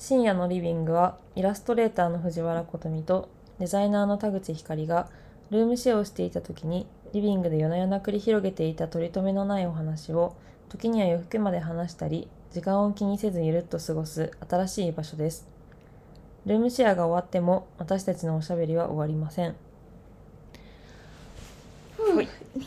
深夜のリビングはイラストレーターの藤原琴美とデザイナーの田口光がルームシェアをしていた時にリビングで夜な夜な繰り広げていた取り留めのないお話を時には夜更けまで話したり時間を気にせずゆるっと過ごす新しい場所です。ルームシェアが終わっても私たちのおしゃべりは終わりません。ほい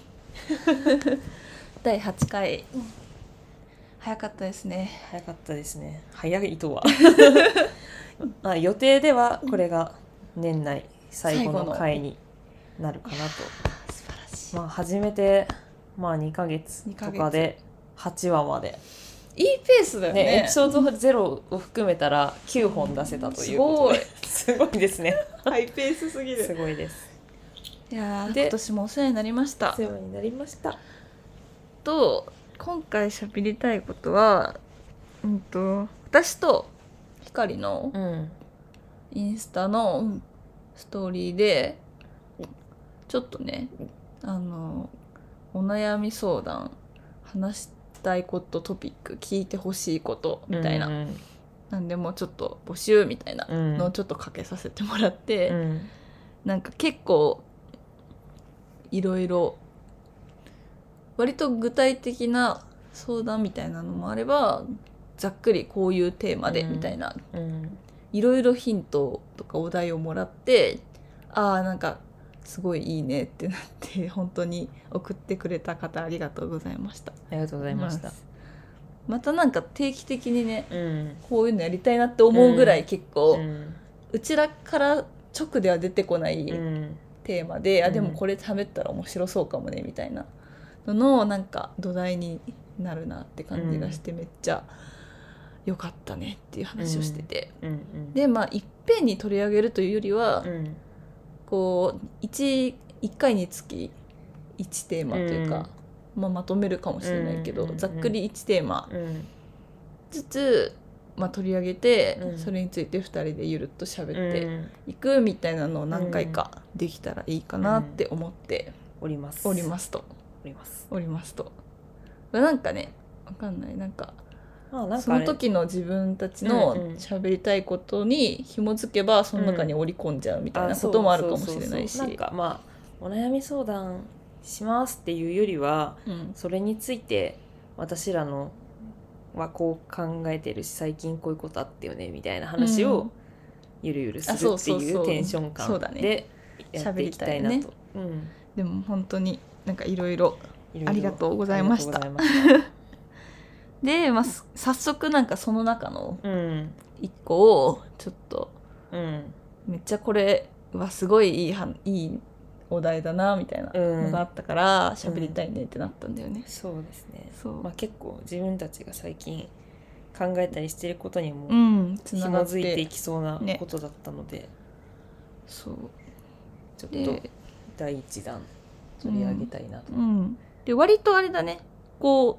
第8回、早かったですね。 早かったですね。早いとは予定ではこれが年内最後の回になるかなと。 素晴らしい。 初めて、2ヶ月とかで8話までいいペースだよね。 エピソード0を含めたら9本出せたということですごいですね。 ハイペースすぎる。 すごいです。 いや今年もお世話になりました。 お世話になりました。 と今回喋りたいことは、私とひかりのインスタのストーリーでちょっとね、お悩み相談、話したいことトピック、聞いてほしいことみたいな、なんでもちょっと募集みたいなのをちょっとかけさせてもらって、なんか結構いろいろ割と具体的な相談みたいなのもあれば、ざっくりこういうテーマでみたいな、いろいろヒントとかお題をもらって、なんかすごいいいねってなって本当に送ってくれた方ありがとうございました。 ありがとうございました。 またなんか定期的にね、こういうのやりたいなって思うぐらい結構、うちらから直では出てこないテーマで、でもこれ喋ったら面白そうかもねみたいなのなんか土台になるなって感じがして、めっちゃ良かったねっていう話をしてて、でいっぺんに取り上げるというよりは、こう 1回につき1テーマというか、まとめるかもしれないけど、ざっくり1テーマずつ、取り上げて、それについて2人でゆるっと喋っていくみたいなのを何回かできたらいいかなって思っておりますと。なんかね、わかんない、なんかその時の自分たちの喋りたいことに紐づけばその中に織り込んじゃうみたいなこともあるかもしれないし、 なんかお悩み相談しますっていうよりは、それについて私らのはこう考えてるし、最近こういうことあったよねみたいな話をゆるゆるするっていうテンション感でやっていきたいなと。 でも本当になんかいろいろありがとうございました。で、早速なんかその中の一個をちょっと、めっちゃこれはすごいいいお題だなみたいなのがあったから喋りたいねってなったんだよね。 そうですね。結構自分たちが最近考えたりしてることにも紐づいていきそうなことだったので、そうちょっと第一弾取り上げたいなと。 で割とあれだね、こう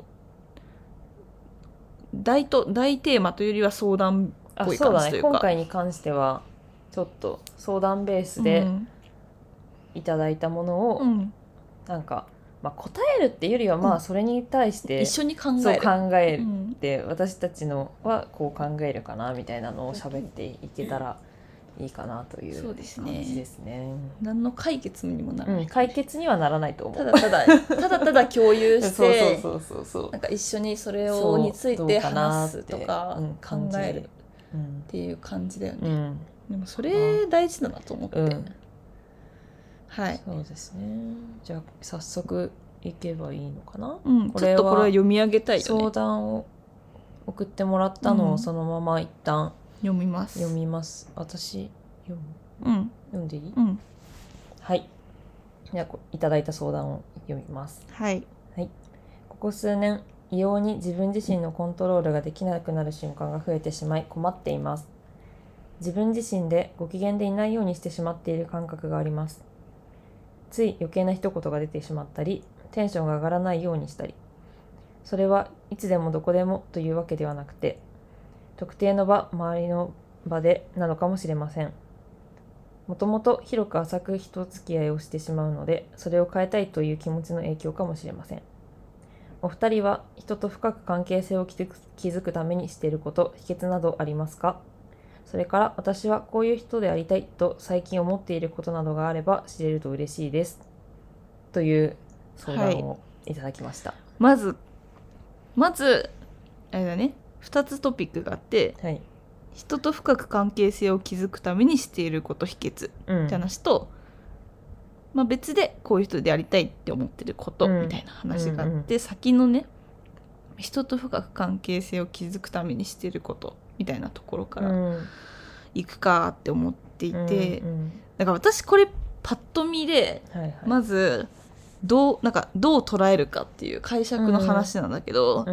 大テーマというよりは相談っぽい感じというか、 今回に関してはちょっと相談ベースでいただいたものを、なんか、答えるっていうよりはそれに対して一緒に考えて、私たちのはこう考えるかなみたいなのを喋っていけたらいいかなという感じですね。 何の解決にもならない、 解決にはならないと思う。 ただ共有してなんか一緒にそれについて話すとか考えるっていう感じだよね。でもそれ大事だなと思って、はい、 そうですね。じゃあ早速いけばいいのかな。 ちょっとこれは読み上げたいよね。 相談を送ってもらったのをそのまま一旦読みます。 私読んでいい？はい。じゃあいただいた相談を読みます。 はい。 ここ数年異様に自分自身のコントロールができなくなる瞬間が増えてしまい困っています。自分自身でご機嫌でいないようにしてしまっている感覚があります。つい余計な一言が出てしまったり、テンションが上がらないようにしたり、それはいつでもどこでもというわけではなくて、特定の周りの場でなのかもしれません。もともと広く浅く人付き合いをしてしまうので、それを変えたいという気持ちの影響かもしれません。お二人は人と深く関係性を築くためにしていること、秘訣などありますか？ それから私はこういう人でありたいと最近思っていることなどがあれば知れると嬉しいですという相談をいただきました。 まずあれだね、2つトピックがあって、 はい、 人と深く関係性を築くためにしていること秘訣って話と、別でこういう人でありたいって思ってることみたいな話があって、先のね、人と深く関係性を築くためにしていることみたいなところから行くかって思っていて、だから私これパッと見で、まずどう捉えるかっていう解釈の話なんだけど、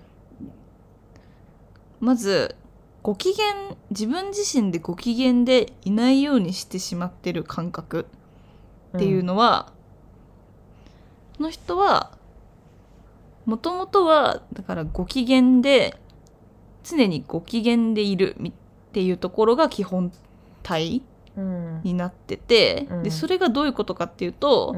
まず自分自身でご機嫌でいないようにしてしまってる感覚っていうのは、この人はもともとはだからご機嫌で常にご機嫌でいるっていうところが基本体になってて、でそれがどういうことかっていうと、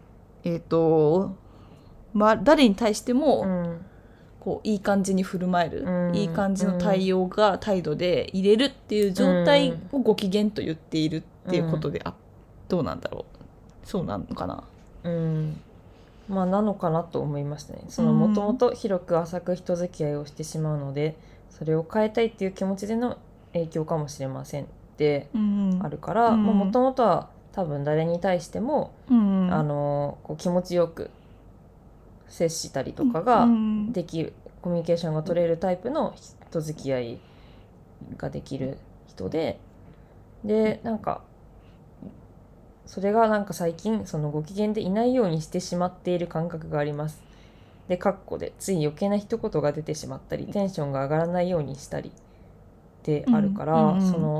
誰に対しても、こういい感じに振る舞える、いい感じの態度で入れるっていう状態をご機嫌と言っているっていうことで、どうなんだろう、そうなのかな。 なのかなと思いましたね。もともと広く浅く人付き合いをしてしまうので、それを変えたいっていう気持ちでの影響かもしれませんってあるから、もともとは多分誰に対しても、こう気持ちよく接したりとかができる、コミュニケーションが取れるタイプの人付き合いができる人で、なんかそれが最近ご機嫌でいないようにしてしまっている感覚があります。で括弧でつい余計な一言が出てしまったりテンションが上がらないようにしたりってあるから、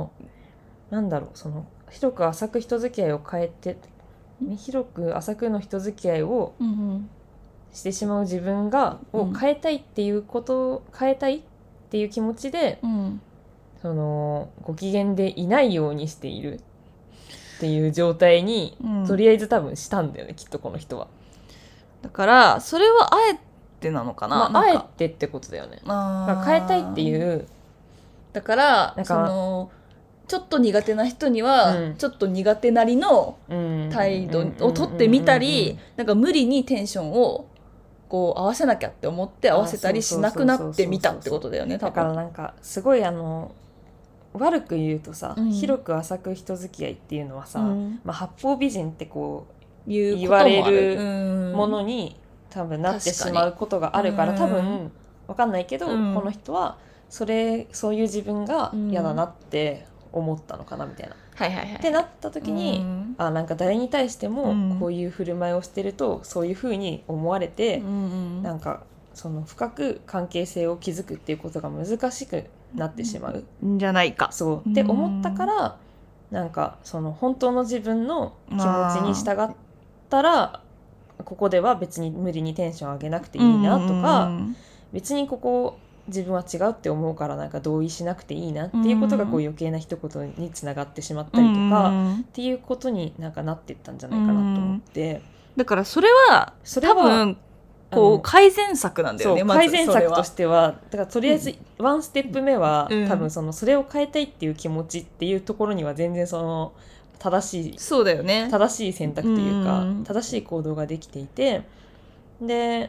広く浅く人付き合いを変えて、広く浅くの人付き合いをしてしまう自分を変えたいっていう変えたいっていう気持ちで、ご機嫌でいないようにしているっていう状態に、とりあえず多分したんだよね、きっとこの人は。 だからそれはあえてなのかな、 あえてってことだよね。変えたいっていう、 だからちょっと苦手な人には、ちょっと苦手なりの態度を取ってみたり、無理にテンションをこう合わせなきゃって思って合わせたりしなくなってみたってことだよね。 だからすごい悪く言うとさ、広く浅く人付き合いっていうのはさ、八方美人ってこう言われるものに多分なってしまうことがあるから、多分分かんないけど、この人はそういう自分が嫌だなって思ったのかなみたいな。ってなった時に、誰に対してもこういう振る舞いをしてるとそういう風に思われて、深く関係性を築くっていうことが難しくなってしまうんじゃないかそうって思ったから、本当の自分の気持ちに従ったら、ここでは別に無理にテンション上げなくていいなとか、別にここ自分は違うって思うから同意しなくていいなっていうことがこう余計な一言につながってしまったりとかっていうことになっていったんじゃないかなと思って、 だからそれは多分こう改善策なんだよね。 改善策としてはだからとりあえずワンステップ目は、多分それを変えたいっていう気持ちっていうところには全然正しいそうだよね、 正しい選択というか、正しい行動ができていて、で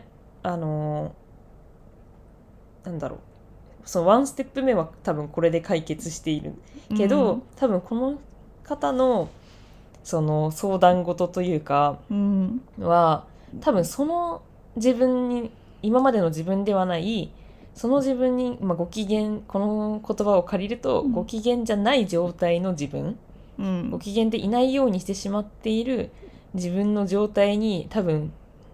ワンステップ目は多分これで解決しているけど、多分この方の相談事というかは、多分自分に今までの自分ではない自分に、ご機嫌、この言葉を借りると、ご機嫌じゃない状態の自分、ご機嫌でいないようにしてしまっている自分の状態に多分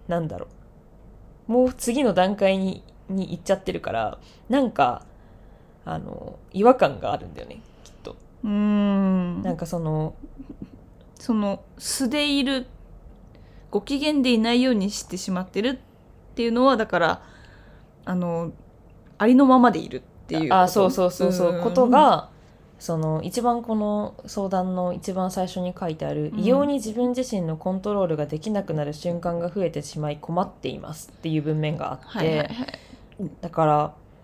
もう次の段階に行っちゃってるから、違和感があるんだよね、きっと。 素でいる、ご機嫌でいないようにしてしまってるっていうのは、だからありのままでいるっていうこと。 ことが一番この相談の一番最初に書いてある、異様に自分自身のコントロールができなくなる瞬間が増えてしまい困っていますっていう文面があって、だから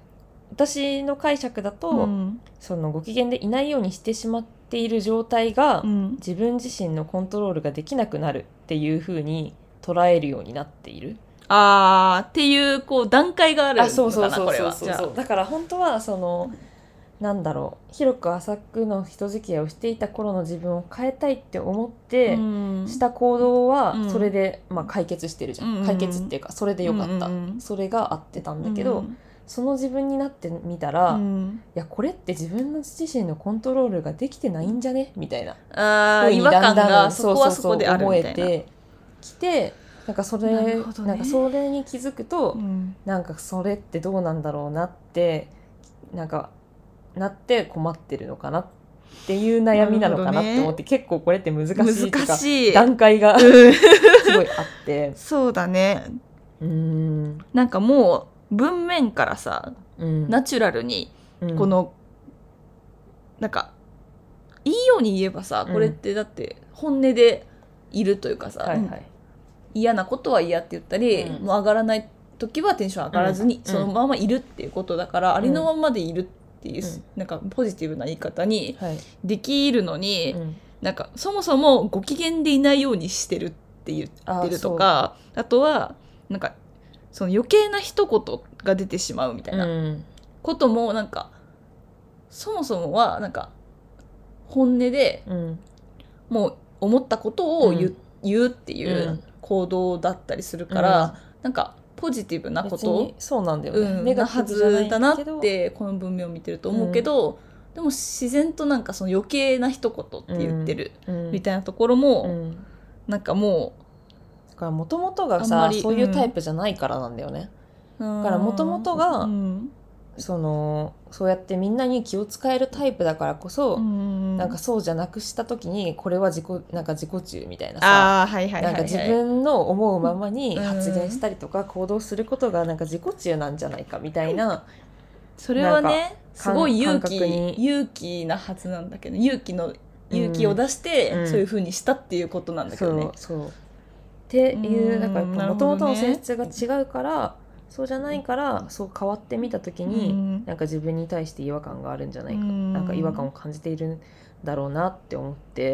私の解釈だと、そのご機嫌でいないようにしてしまっている状態が、自分自身のコントロールができなくなるっていう風に捉えるようになっている。 っていうこう段階があるのかな。これはだから本当はそのなんだろう、広く浅くの人付き合いをしていた頃の自分を変えたいって思ってした行動はそれで、解決してるじゃん、解決っていうかそれでよかった、それが合ってたんだけど、その自分になってみたら、いやこれって自分の自身のコントロールができてないんじゃねみたいな違和感がそこはそこであるみたいな思えてきて、なんかそれ、なんかそれに気づくと、なんかそれってどうなんだろうなってなんかなって困ってるのかなっていう悩みなのかなって思って、結構これって難しい段階がすごいあってそうだね。なんかもう文面からさ、ナチュラルにこの、なんかいいように言えばさ、これってだって本音でいるというかさ、嫌なことは嫌って言ったり、もう上がらない時はテンション上がらずに、そのままいるっていうことだから、ありのままでいるっていう、なんかポジティブな言い方にできるのに、なんかそもそもご機嫌でいないようにしてるって言ってるとか、あとはなんかその余計な一言が出てしまうみたいなことも、なんかそもそもはなんか本音でもう思ったことを言うっていう行動だったりするから、なんかポジティブなことそうなんだよね、 なはずだなってこの文面を見てると思うけど、でも自然となんかその余計な一言って言ってるみたいなところも、なんかもうだから元々がさ、そういうタイプじゃないからなんだよね。だから元々が、そうやってみんなに気を使えるタイプだからこそ、なんかそうじゃなくした時にこれはなんか自己中みたいなさ、なんか自分の思うままに発言したりとか行動することがなんか自己中なんじゃないかみたいな、 それはねすごい勇気なはずなんだけど、勇気を出してそういう風にしたっていうことなんだけどね。 っていう、だからもともとの性質が違うから、そうじゃないからそう変わってみた時に、なんか自分に対して違和感があるんじゃないか、なんか違和感を感じているんだろうなって思って、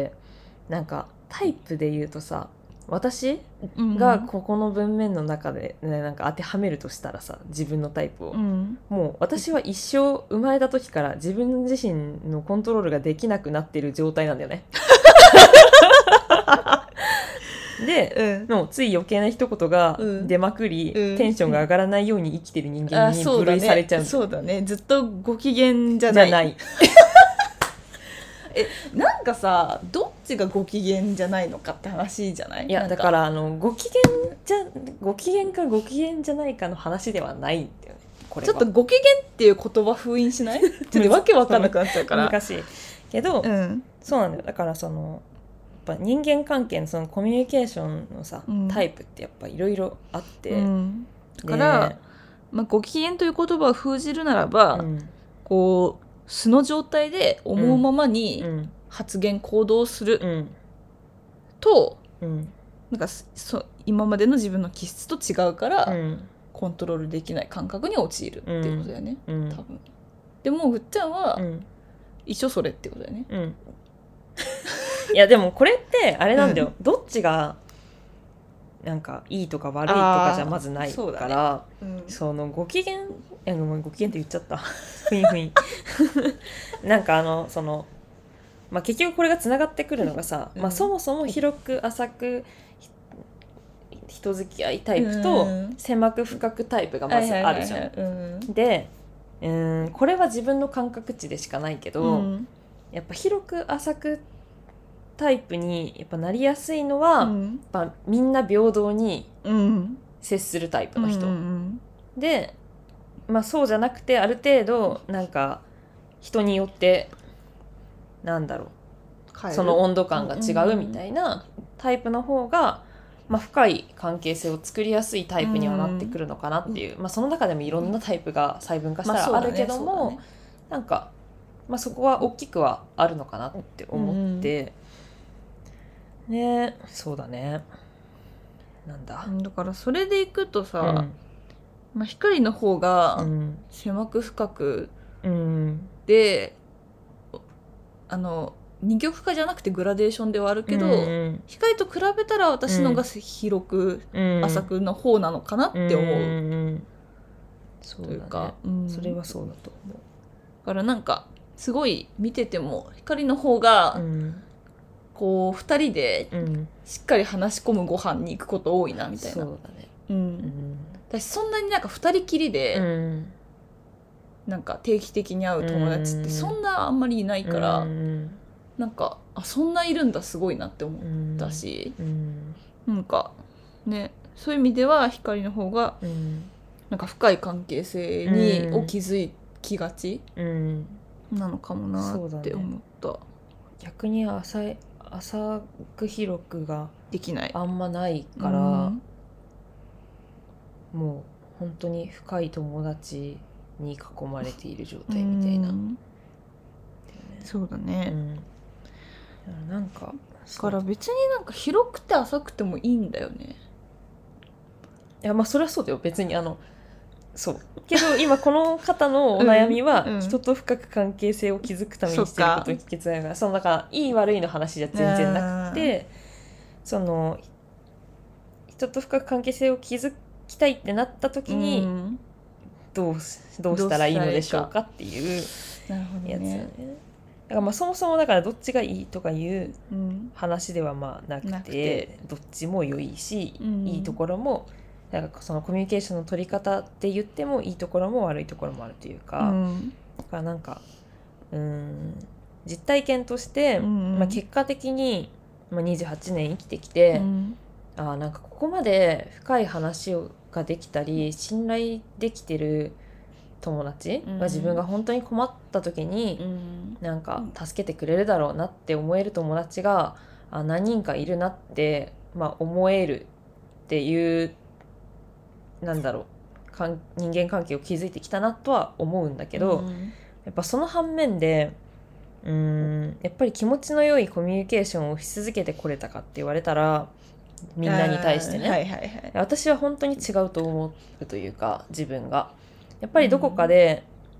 なんかタイプで言うとさ、私がここの文面の中で、なんか当てはめるとしたらさ、自分のタイプを、もう私は一生生まれた時から自分自身のコントロールができなくなっている状態なんだよねで、もうつい余計な一言が出まくり、テンションが上がらないように生きてる人間に分類されちゃう。 そうだね、ずっとご機嫌じゃないなんかさ、どっちがご機嫌じゃないのかって話じゃない？ いやだからご機嫌かご機嫌じゃないかの話ではないんだよね。これはちょっとご機嫌っていう言葉封印しない？ちょっとわけわかんなくなっちゃうから難しいけど、そうなんだよ。だからそのやっぱ人間関係のそのコミュニケーションのさ、タイプってやっぱいろいろあって、 だから、ご機嫌という言葉を封じるならば、こう素の状態で思うままに発言行動すると、なんか今までの自分の気質と違うから、コントロールできない感覚に陥るっていうことだよね、多分。でもぐっちゃんは、一緒それってことだよね。 いやでもこれってあれなんだよ、どっちがなんかいいとか悪いとかじゃまずないから、そのご機嫌ご機嫌って言っちゃったふいなんかその結局これがつながってくるのがさ、そもそも広く浅く人付き合いタイプと狭く深くタイプがまずあるじゃん。でこれは自分の感覚値でしかないけど、やっぱ広く浅くタイプにやっぱなりやすいのは、やっぱみんな平等に接するタイプの人、で、そうじゃなくてある程度なんか人によってなんだろう、その温度感が違うみたいなタイプの方が、深い関係性を作りやすいタイプにはなってくるのかなっていう、その中でもいろんなタイプが細分化したらあるけども、なんか、そこは大きくはあるのかなって思って、ね、そうだね。なんだ。 だからそれでいくとさ、 まあ、光の方が狭く深くで、二極化じゃなくてグラデーションではあるけど、光と比べたら私のが広く、浅くの方なのかなって思う、 というか、それはそうだと思う。 だからなんかすごい見てても光の方が、こう2人でしっかり話し込むご飯に行くこと多いなみたいな。 そうだね。 私そんなになんか2人きりで、なんか定期的に会う友達ってそんなあんまりいないから、なんかそんないるんだすごいなって思ったし、なんかね、そういう意味では光の方がなんか深い関係性を築きがちなのかもなって思った。 逆に浅く広くができない、 あんまないから、もう本当に深い友達に囲まれている状態みたいな、 そうだね、 なんかだから別になんか広くて浅くてもいいんだよね。 いやまあそれはそうだよ、別にそうけど今この方のお悩みは人と深く関係性を築くためにしてることに秘訣だから、そのだからいい悪いの話じゃ全然なくて、その人と深く関係性を築きたいってなった時にどうしたらいいのでしょうかっていうやつだね。だからまあそもそもだからどっちがいいとかいう話ではまあなくて、どっちも良いし、いいところもなんかそのコミュニケーションの取り方って言ってもいいところも悪いところもあるというか、だからなんか実体験として、まあ、結果的に、まあ、28年生きてきて、なんかここまで深い話ができたり信頼できてる友達が自分が本当に困った時になんか助けてくれるだろうなって思える友達が何人かいるなって、まあ、思えるっていうなんだろう人間関係を築いてきたなとは思うんだけど、やっぱその反面でやっぱり気持ちの良いコミュニケーションをし続けてこれたかって言われたらみんなに対してね、私は本当に違うと思うというか、自分がやっぱりどこかで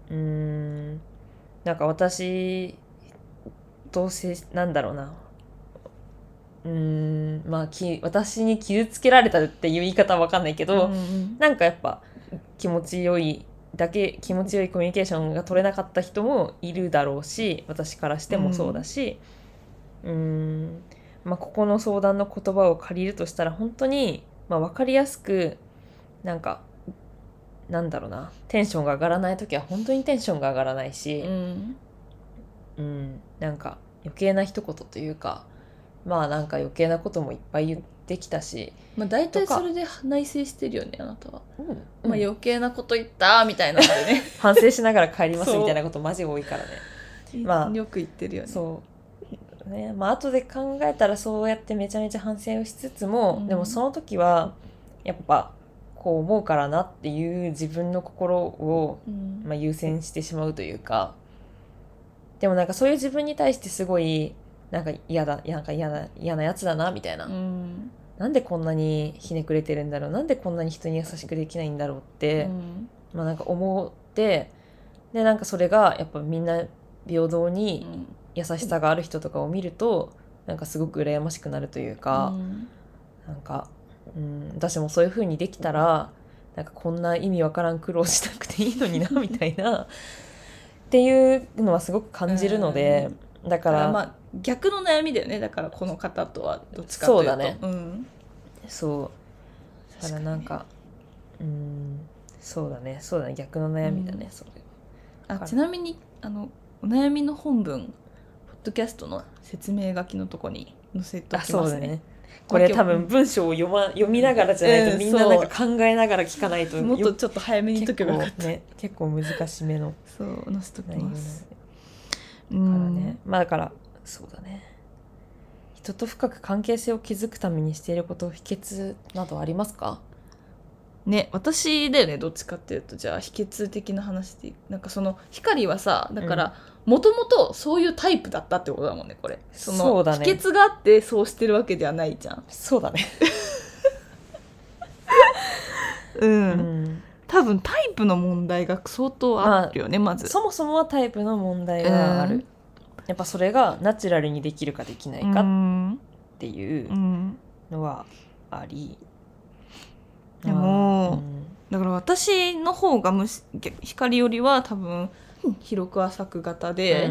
なんか私となんだろうなまあ私に傷つけられたっていう言い方は分かんないけど、なんかやっぱ気持ちよいコミュニケーションが取れなかった人もいるだろうし、私からしてもそうだし、まあ、ここの相談の言葉を借りるとしたら本当に、まあ、分かりやすくなんかなんだろうな、テンションが上がらない時は本当にテンションが上がらないし、なんか余計な一言というか、まあなんか余計なこともいっぱい言ってきたし、 まあ、大体それで内省してるよねあなたは、まあ、余計なこと言ったみたいなのでね反省しながら帰りますみたいなことマジ多いからねまあ、よく言ってるよね。 そうね、まあ後で考えたらそうやってめちゃめちゃ反省をしつつも、でもその時はやっぱこう思うからなっていう自分の心を、まあ、優先してしまうというか、でもなんかそういう自分に対してすごいなんか嫌なやつだなみたいな、なんでこんなにひねくれてるんだろう、なんでこんなに人に優しくできないんだろうって、まあなんか思って、でなんかそれがやっぱみんな平等に優しさがある人とかを見るとなんかすごく羨ましくなるというか、なんか私もそういう風にできたらなんかこんな意味わからん苦労しなくていいのになみたいなっていうのはすごく感じるので、だからまあ逆の悩みだよね。だからこの方とはどっちかというと、 そうだね、そうだからなんかそうだね逆の悩みだね、それ。 ちなみにお悩みの本文ポッドキャストの説明書きのとこに載せておきますね。 これ多分文章を読みながらじゃないとみんななんか考えながら聞かないと、 もっとちょっと早めに言っとけばよかった。 結構難しめのそう載せときます。 だからね、まあだからそうだね、人と深く関係性を築くためにしていること秘訣などありますかね。私だよね、どっちかっていうと。じゃあ秘訣的な話で、なんかその光はさ、だからもともとそういうタイプだったってことだもんね、これ。 そうだね、 秘訣があってそうしてるわけではないじゃん。 そうだね多分タイプの問題が相当あるよね、まずそもそもはタイプの問題がある、やっぱそれがナチュラルにできるかできないかっていうのはあり、 でも、だから私の方が光よりは多分広く浅く型で、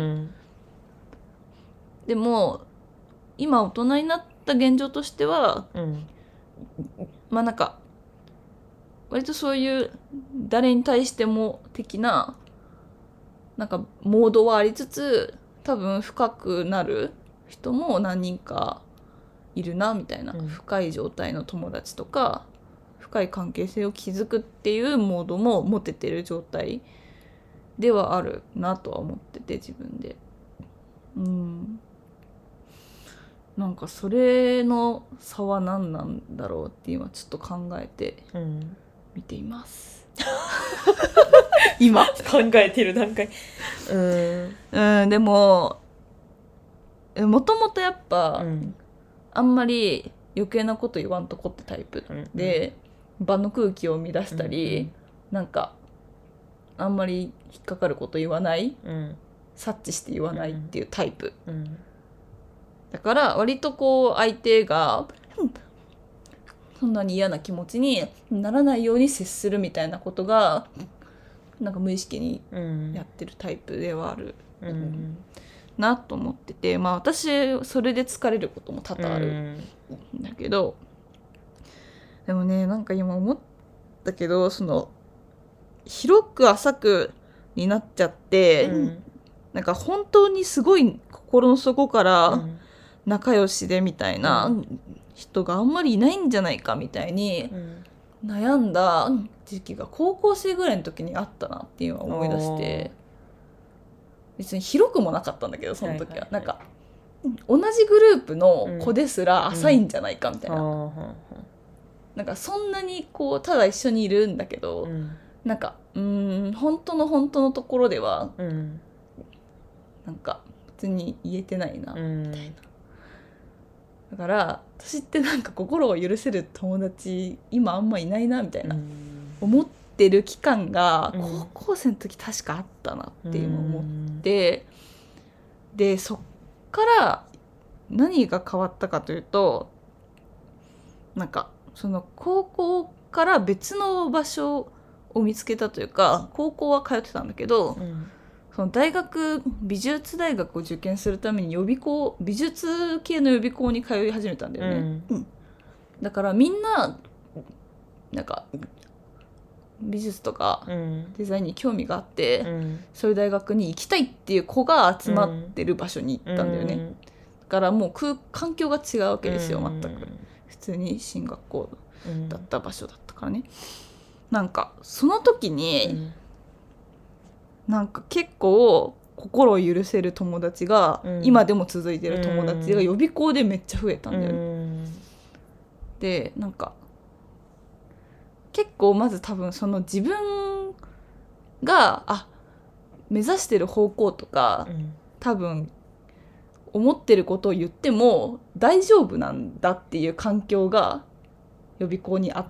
でも今大人になった現状としては、まあなんか割とそういう誰に対しても的ななんかモードはありつつ、多分深くなる人も何人かいるなみたいな、深い状態の友達とか深い関係性を築くっていうモードも持ててる状態ではあるなとは思ってて、自分でなんかそれの差は何なんだろうって今ちょっと考えて見ています、今考えてる段階でももともとやっぱ、あんまり余計なこと言わんとこってタイプで、場の空気を乱したり、なんかあんまり引っかかること言わない、察知して言わないっていうタイプ、だから割とこう相手がそんなに嫌な気持ちにならないように接するみたいなことがなんか無意識にやってるタイプではある、なと思ってて、まあ私それで疲れることも多々あるんだけど、でもねなんか今思ったけど、その広く浅くになっちゃって、なんか本当にすごい心の底から仲良しでみたいな人があんまりいないんじゃないかみたいに悩んだ時期が高校生ぐらいの時にあったなっていうのを思い出して、別に広くもなかったんだけどその時は、なんか同じグループの子ですら浅いんじゃないかみたいな、なんかそんなにこうただ一緒にいるんだけど、なんか本当のところでは、なんか別に言えてないなみたいな、だから私ってなんか心を許せる友達今あんまいないなみたいな、思ってる期間が高校生の時確かあったなっていうのを思って、でそっから何が変わったかというと、なんかその高校から別の場所を見つけたというか、高校は通ってたんだけど、その美術大学を受験するために美術系の予備校に通い始めたんだよね、だからみんななんか美術とかデザインに興味があって、そういう大学に行きたいっていう子が集まってる場所に行ったんだよね、だからもう環境が違うわけですよ、全く普通に進学校だった場所だったからね、なんかその時に、なんか結構心を許せる友達が、今でも続いてる友達が予備校でめっちゃ増えたんだよね、でなんか結構まず多分その自分が目指してる方向とか、多分思ってることを言っても大丈夫なんだっていう環境が予備校にあって、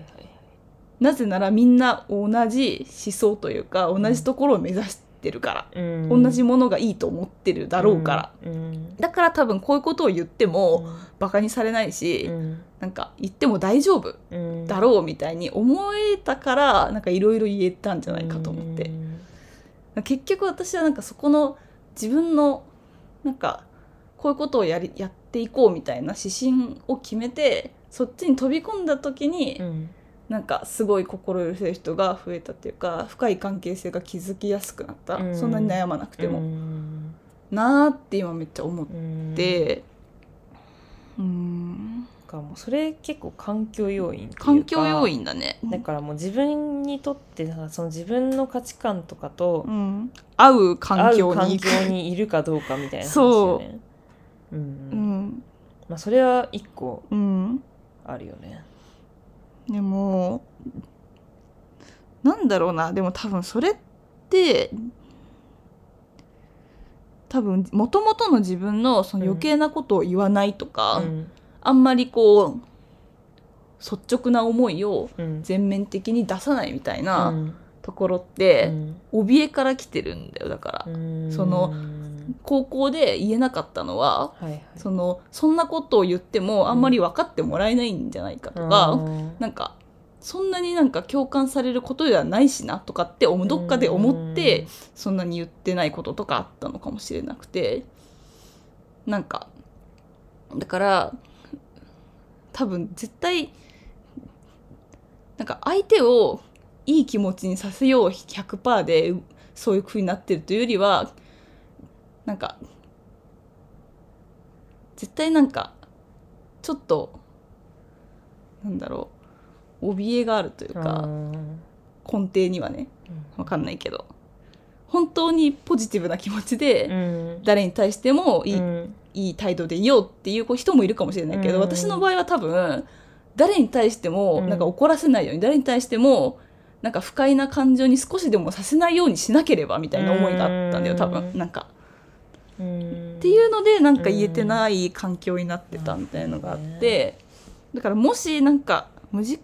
なぜならみんな同じ思想というか同じところを目指してるから、同じものがいいと思ってるだろうから、だから多分こういうことを言ってもバカにされないし、なんか言っても大丈夫だろうみたいに思えたから、なんかいろいろ言えたんじゃないかと思って、結局私はなんかそこの自分のなんかこういうことをやっていこうみたいな指針を決めて、そっちに飛び込んだ時に、なんかすごい心許せる人が増えたっていうか、深い関係性が築きやすくなった、そんなに悩まなくても、なーって今めっちゃ思って、 もうそれ結構環境要因っていうか、 環境要因だね。 だからもう自分にとってその自分の価値観とかと合う環境にいるかどうかみたいな話よね。まあそれは一個あるよね。 でもなんだろうな、でも多分それって多分元々の自分のその余計なことを言わないとか、あんまりこう率直な思いを全面的に出さないみたいなところって、怯えから来てるんだよ。だからその高校で言えなかったのは、そんなことを言ってもあんまり分かってもらえないんじゃないかとか、なんかそんなになんか共感されることではないしなとかってどっかで思ってそんなに言ってないこととかあったのかもしれなくて、なんかだから多分絶対なんか相手をいい気持ちにさせよう 100% でそういう風になってるというよりは、なんか絶対なんかちょっとなんだろう、怯えがあるというか、根底にはね、わかんないけど本当にポジティブな気持ちで誰に対してもいい態度でいようっていう人もいるかもしれないけど、私の場合は多分誰に対してもなんか怒らせないように、誰に対してもなんか不快な感情に少しでもさせないようにしなければみたいな思いがあったんだよ多分。なんかっていうのでなんか言えてない環境になってたみたいなのがあって、だからもしなんかもし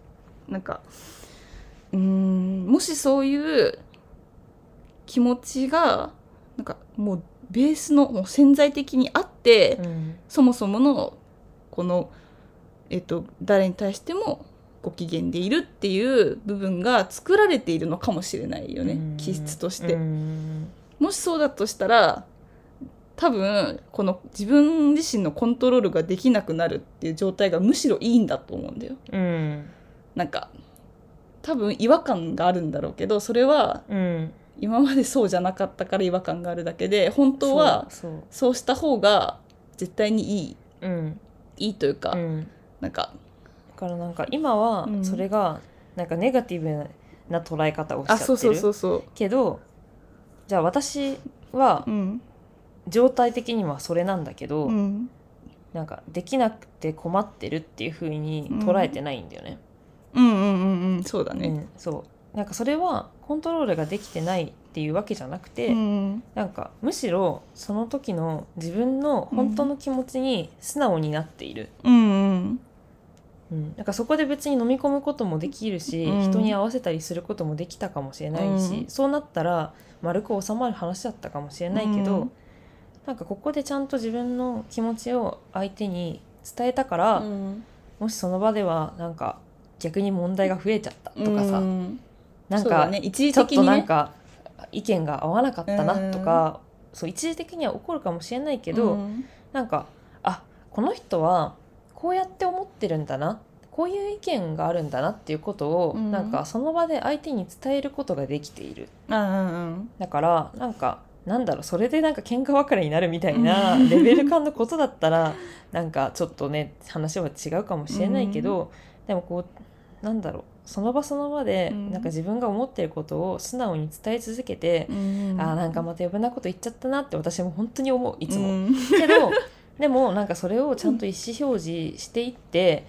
そういう気持ちがなんかもうベースのもう潜在的にあって、そもそものこの、誰に対してもご機嫌でいるっていう部分が作られているのかもしれないよね、気質として。もしそうだとしたら多分この自分自身のコントロールができなくなるっていう状態がむしろいいんだと思うんだよ。なんか多分違和感があるんだろうけど、それは今までそうじゃなかったから違和感があるだけで、本当はそうした方が絶対にいいというか、なんかだからなんか今はそれがなんかネガティブな捉え方をしちゃってるけど、じゃあ私は状態的にはそれなんだけど、なんかできなくて困ってるっていう風に捉えてないんだよね。 そうだね、 そうなんかそれはコントロールができてないっていうわけじゃなくて、なんかむしろその時の自分の本当の気持ちに素直になっている。なんかそこで別に飲み込むこともできるし、人に合わせたりすることもできたかもしれないし、そうなったら丸く収まる話だったかもしれないけど、なんかここでちゃんと自分の気持ちを相手に伝えたから、もしその場ではなんか逆に問題が増えちゃったとかさ、なんかちょっとなんか意見が合わなかったなとか、そう一時的には起こるかもしれないけど、なんかこの人はこうやって思ってるんだな、こういう意見があるんだなっていうことを、なんかその場で相手に伝えることができている。だからなんかなんだろう、それでなんか喧嘩別れになるみたいなレベル感のことだったらなんかちょっとね話は違うかもしれないけど、でもこうなんだろう、その場その場でなんか自分が思ってることを素直に伝え続けて、なんかまた余分なこと言っちゃったなって私も本当に思う、いつも。けどでもなんかそれをちゃんと意思表示していって、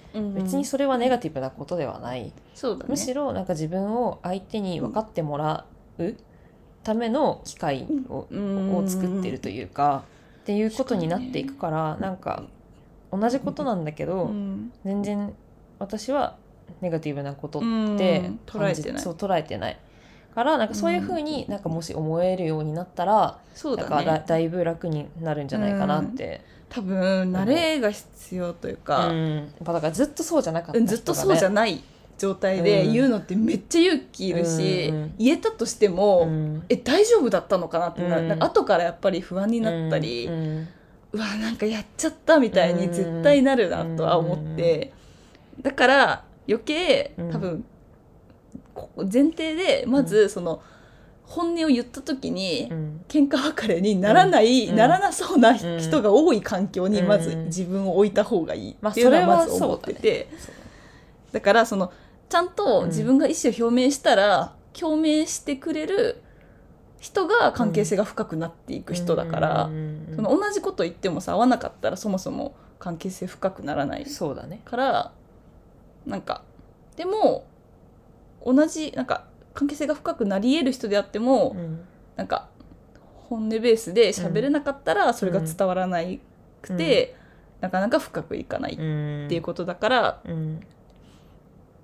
別にそれはネガティブなことではない、むしろなんか自分を相手に分かってもらうための機会を作ってるというか、っていうことになっていくから、なんか同じことなんだけど、全然私はネガティブなことって捉えてないから、なんかそういう風になんかもし思えるようになったら、なんかだいぶ楽になるんじゃないかなって。 多分慣れが必要というか、 だからずっとそうじゃなかった人がね、 ずっとそうじゃない状態で言うのってめっちゃ勇気いるし、言えたとしても、大丈夫だったのかなってなんか後からやっぱり不安になったり、うわなんかやっちゃったみたいに絶対なるなとは思って、だから余計多分、前提でまずその本音を言った時に、喧嘩別れにならなそうな人が多い環境にまず自分を置いた方がいいっていうのはまず思ってて、だからそのちゃんと自分が意思を表明したら、共鳴してくれる人が関係性が深くなっていく人だから、その同じこと言ってもさ合わなかったらそもそも関係性深くならないから、なんかでも同じなんか関係性が深くなり得る人であっても、なんか本音ベースで喋れなかったらそれが伝わらなくて、なかなか深くいかないっていうことだから、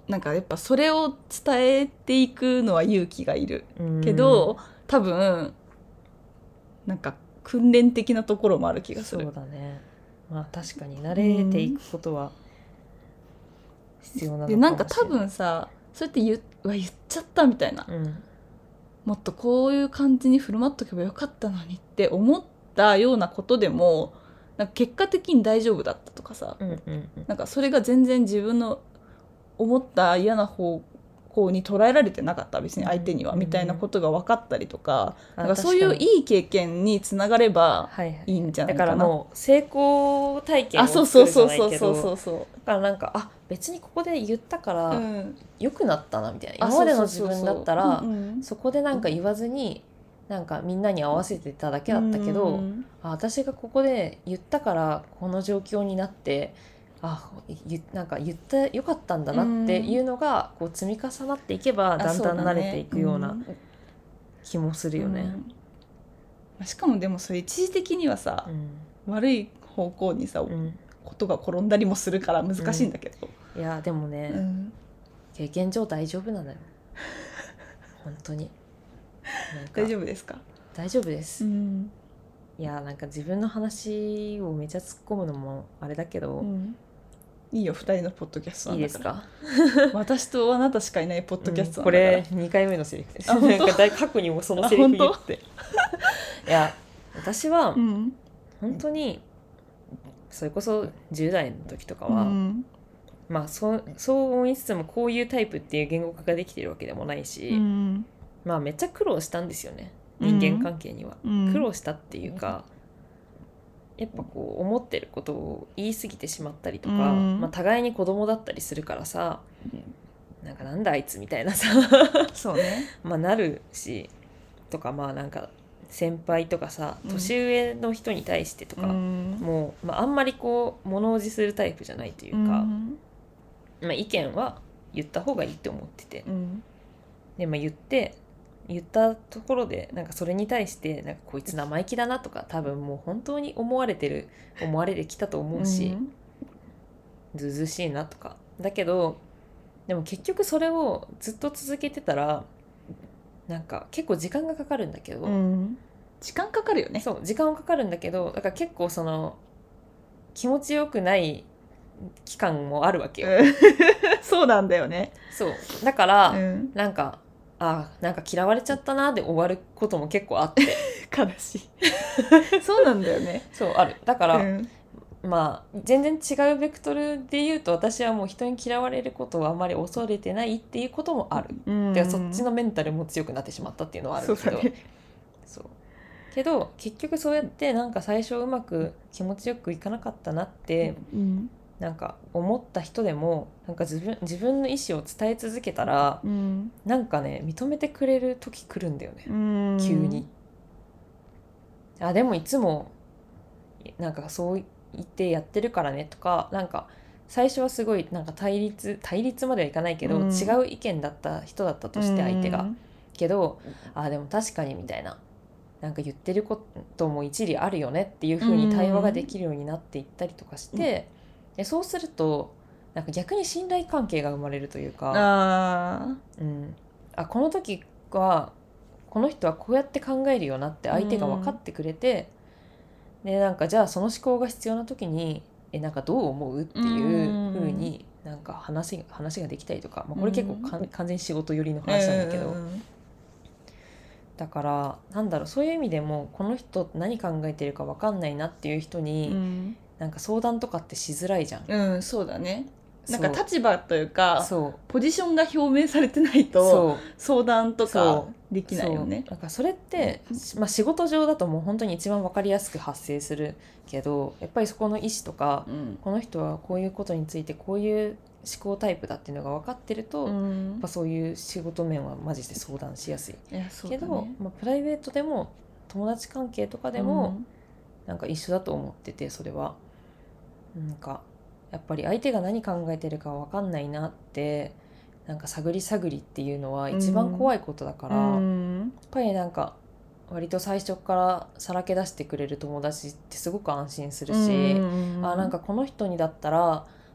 なんかやっぱそれを伝えていくのは勇気がいるけど、多分なんか訓練的なところもある気がする。 そうだね。まあ確かに慣れていくことは必要なのかもしれない。 でなんか多分さ、そうやって言っちゃったみたいな、もっとこういう感じに振る舞っとけばよかったのにって思ったようなことでもなんか結果的に大丈夫だったとかさ、なんかそれが全然自分の思った嫌な方向に捉えられてなかった別に相手には、みたいなことが分かったりとか、なんかそういういい経験につながればいいんじゃないかな。 だからもう成功体験を作るじゃないけど、だからなんか別にここで言ったから良くなったなみたいな、今までの自分だったらそこでなんか言わずになんかみんなに合わせてただけだったけど、私がここで言ったからこの状況になってなんか言ってよかったんだなっていうのがこう積み重なっていけばだんだん慣れていくような気もするよね。 しかもでもそれ一時的にはさ、悪い方向にさ、ことが転んだりもするから難しいんだけど、 いやでもね、経験上大丈夫なのよ本当に。 大丈夫ですか？ 大丈夫です、いやなんか自分の話をめちゃ突っ込むのもあれだけど、 いいよ、2人のポッドキャストなんだから。 いいですか？ 私とあなたしかいないポッドキャストなんだから、 これ2回目のセリフです。なんか過去にもそのセリフ言っていや私は本当にそれこそ10代の時とかは、まあそう思いつつもこういうタイプっていう言語化ができてるわけでもないし、まあめっちゃ苦労したんですよね、人間関係には。苦労したっていうか、やっぱこう思ってることを言い過ぎてしまったりとか、まあ、互いに子供だったりするからさ、なんだあいつみたいなさそうねまあなるしとか、まあなんか先輩とかさ年上の人に対してとか、もう、まあ、あんまりこう物おじするタイプじゃないというか、まあ、意見は言った方がいいって思ってて、で、まあ、言ったところでなんかそれに対してなんかこいつ生意気だなとか多分もう本当に思われてきたと思うし、ずうずうしいなとかだけど、でも結局それをずっと続けてたらなんか結構時間がかかるんだけど、 時間かかるよね。 そう時間はかかるんだけど、だから結構その気持ちよくない期間もあるわけよそうなんだよね。 そうだから、なんか嫌われちゃったなで終わることも結構あって悲しいそうなんだよね。 そうある。だから、まあ全然違うベクトルで言うと私はもう人に嫌われることをあんまり恐れてないっていうこともある、でそっちのメンタルも強くなってしまったっていうのはあるけど、そうけど結局そうやってなんか最初うまく気持ちよくいかなかったなって、なんか思った人でもなんか自分の意思を伝え続けたら、なんかね認めてくれる時来るんだよね、急に。でもいつもなんかそう言ってやってるからねとか、なんか最初はすごいなんか対立まではいかないけど、違う意見だった人だったとして相手が、けどでも確かにみたいな、なんか言ってることも一理あるよねっていう風に対話ができるようになっていったりとかして、でそうするとなんか逆に信頼関係が生まれるというか、この時はこの人はこうやって考えるよなって相手が分かってくれて、でなんかじゃあその思考が必要な時になんかどう思うっていう風になんか話ができたりとか、まあ、これ結構完全に仕事寄りの話なんだけど、だからなんだろう、そういう意味でもこの人何考えてるか分かんないなっていう人に、なんか相談とかってしづらいじゃん。 そうだね。なんか立場というかポジションが表明されてないと相談とかできないよね。 なんかそれって、まあ、仕事上だともう本当に一番分かりやすく発生するけど、やっぱりそこの意思とか、この人はこういうことについてこういう思考タイプだっていうのが分かってると、やっぱそういう仕事面はマジで相談しやすい。けど、まあ、プライベートでも友達関係とかでもなんか一緒だと思ってて、それはなんかやっぱり相手が何考えてるか分かんないなってなんか探りっていうのは一番怖いことだから、やっぱりなんか割と最初からさらけ出してくれる友達ってすごく安心するし、なんかこの人にだったら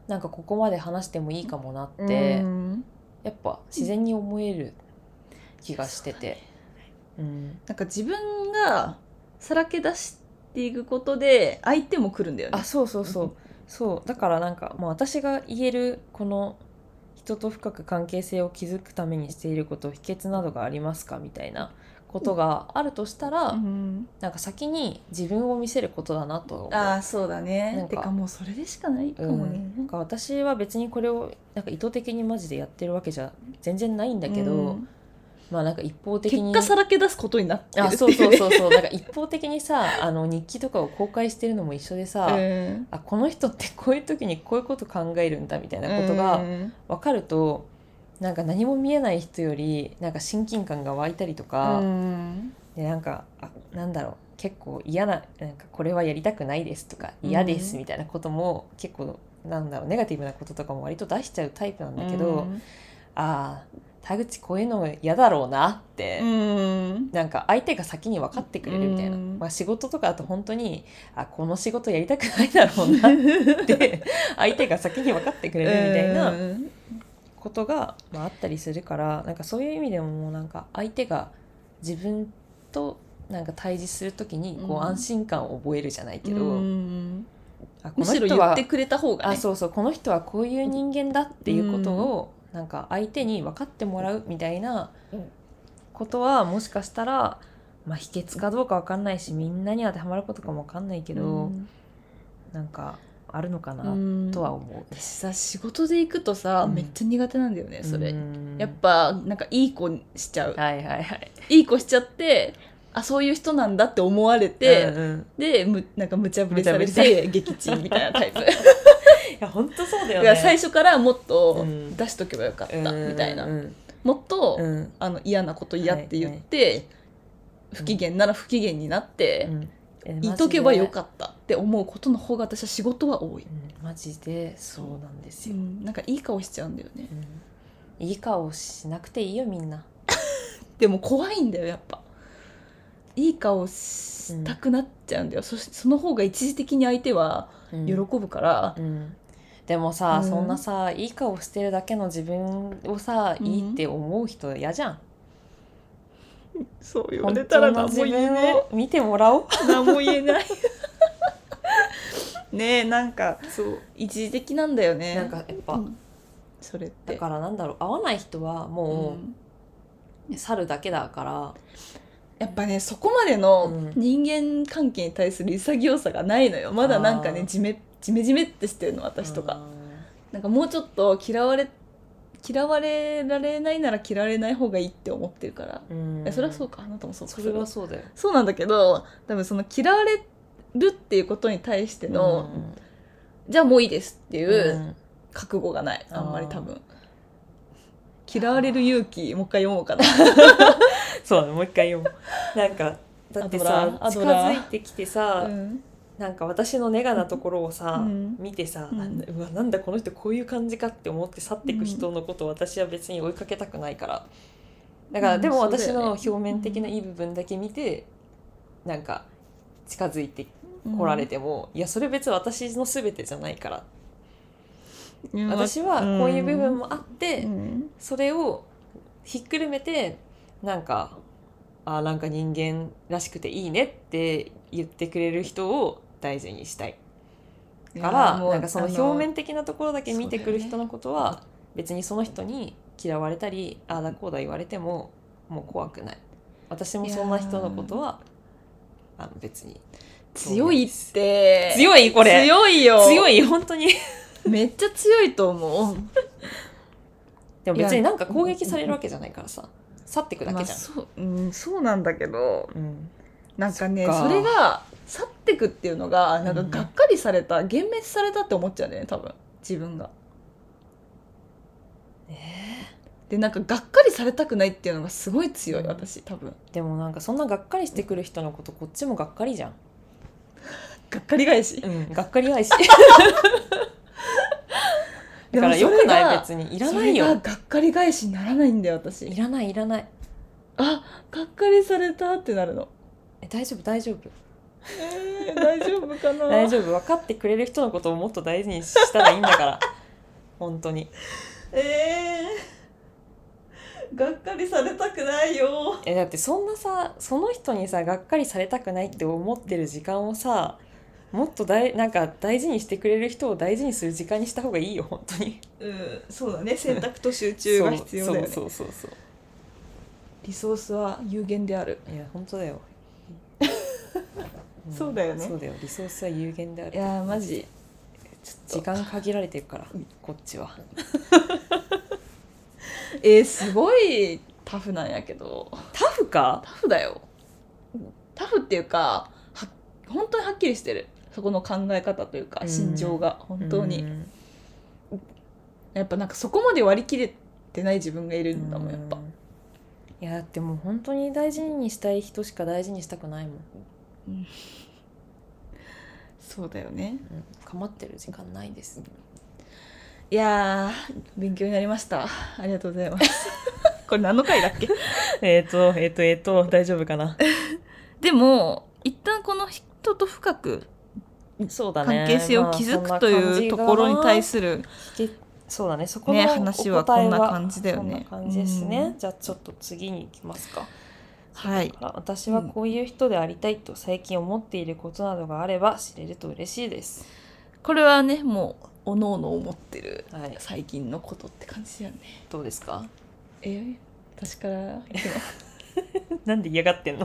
なんかここまで話してもいいかもなって、やっぱ自然に思える気がしてて、 なんか自分がさらけ出していくことで相手も来るんだよね。 そうそうだからなんか、私が言えるこの人と深く関係性を築くためにしていること秘訣などがありますかみたいなことがあるとしたら、なんか先に自分を見せることだなと思う。 そうだね。てかもうそれでしかないかもね。 なんか私は別にこれをなんか意図的にマジでやってるわけじゃ全然ないんだけど、なんか一方的に結果さらけ出すことになってるっていうね。そうなんか一方的にさ日記とかを公開してるのも一緒でさ、この人ってこういう時にこういうこと考えるんだみたいなことが分かると、なんか何も見えない人よりなんか親近感が湧いたりとか、でなんかなんだろう、結構嫌な、なんかこれはやりたくないですとか嫌ですみたいなことも結構なんだろう、ネガティブなこととかも割と出しちゃうタイプなんだけど、田口こういうの嫌だろうなって、なんか相手が先に分かってくれるみたいな、仕事とかだと本当にこの仕事やりたくないだろうなって相手が先に分かってくれるみたいなことが、あったりするから、なんかそういう意味でももうなんか相手が自分となんか対峙するときにこう安心感を覚えるじゃないけど、 むしろ言ってくれた方がね、 この人はこういう人間だっていうことをなんか相手に分かってもらうみたいなことはもしかしたら、秘訣かどうか分かんないし、みんなに当てはまることかも分かんないけど、なんかあるのかなとは思う。 私さ仕事で行くとさ、めっちゃ苦手なんだよねそれ。やっぱなんかいい子しちゃう、いい子しちゃって、そういう人なんだって思われて、でなんか無茶ぶりされて撃沈みたいなタイプいや本当そうだよね。 最初からもっと出しとけばよかったみたいな、もっと、嫌なこと嫌って言って、不機嫌なら不機嫌になって、言っとけばよかったって思うことの方が私は仕事は多い、 マジでそうなんですよ、 なんかいい顔しちゃうんだよね、 いい顔しなくていいよみんなでも怖いんだよやっぱ。いい顔したくなっちゃうんだよ、その方が一時的に相手は喜ぶから、 でもさ、そんなさいい顔してるだけの自分をさ、いいって思う人嫌じゃん。 そう言われたら何も言えない。 見てもらおう何も言えないねえ、なんかそう一時的なんだよね。 なんかやっぱ、 それってだからなんだろう、合わない人はもう、去るだけだから。 やっぱねそこまでの人間関係に対する潔さがないのよまだ。なんかねジメってしてるの私とか。なんかもうちょっと嫌われられないなら嫌われない方がいいって思ってるから、それはそうか、あなたもそうか。 それはそうだよ。 そうなんだけど、多分その嫌われるっていうことに対しての、じゃあもういいですっていう覚悟がない、あんまり多分。嫌われる勇気もう一回読もうかなそうだね、もう一回読もう。なんかだってさ近づいてきてさ、なんか私のネガなところをさ、見てさ、うわなんだこの人こういう感じかって思って去っていく人のことを私は別に追いかけたくないから、だからでも私の表面的ないい部分だけ見て、なんか近づいて来られても、いやそれ別に私の全てじゃないから、私はこういう部分もあって、それをひっくるめてなんかなんか人間らしくていいねって言ってくれる人を大事にしたいから、なんかその表面的なところだけ見てくる人のことは別にその人に嫌われたりああだこうだ言われてももう怖くない。私もそんな人のことは別に強いって。 強い、これ強いよ、 強い本当にめっちゃ強いと思うでも別になんか攻撃されるわけじゃないからさ、去ってくだけじゃん。 そうなんだけど、なんかね それが去ってくっていうのがなんかがっかりされた、幻滅されたって思っちゃうんだよね多分自分が。でなんかがっかりされたくないっていうのがすごい強い、私多分。 でもなんかそんながっかりしてくる人のことこっちもがっかりじゃん。 がっかり返し、 がっかり返しだからよくない、別にいらないよ。 それががっかり返しにならないんだよ私。 いらない。 がっかりされたってなるの。 大丈夫大丈夫かな大丈夫、分かってくれる人のことをもっと大事にしたらいいんだから本当に。 がっかりされたくないよ。 だってそんなさ、その人にさがっかりされたくないって思ってる時間をさ、もっとなんか大事にしてくれる人を大事にする時間にした方がいいよ本当に。 そうだね、選択と集中が必要だよね。 そうリソースは有限である。 いや本当だよそうだよね。 そうだよ、リソースは有限である。 いやマジちょっと時間限られてるからこっちは。 すごいタフなんやけど。 タフか？ タフだよ。タフっていうか本当にはっきりしてる、そこの考え方というか心情が本当に。やっぱなんかそこまで割り切れてない自分がいるんだもんやっぱ。 いやだってもう本当に大事にしたい人しか大事にしたくないもん。 そうだよね、 構ってる時間ないです。 いや勉強になりました。ありがとうございます。これ何の回だっけ？ 大丈夫かな。 でも一旦この人と深く関係性を築くというところに対する、 そうだね、そこの話はこんな感じだよね。 そんな感じですね。じゃあちょっと次に行きますか。 はい。 私はこういう人でありたいと最近思っていることなどがあれば知れると嬉しいです。 これはね、もうおのおの思ってる最近のことって感じだよね。 どうですか？ 私から言ってもなんで嫌がってんの？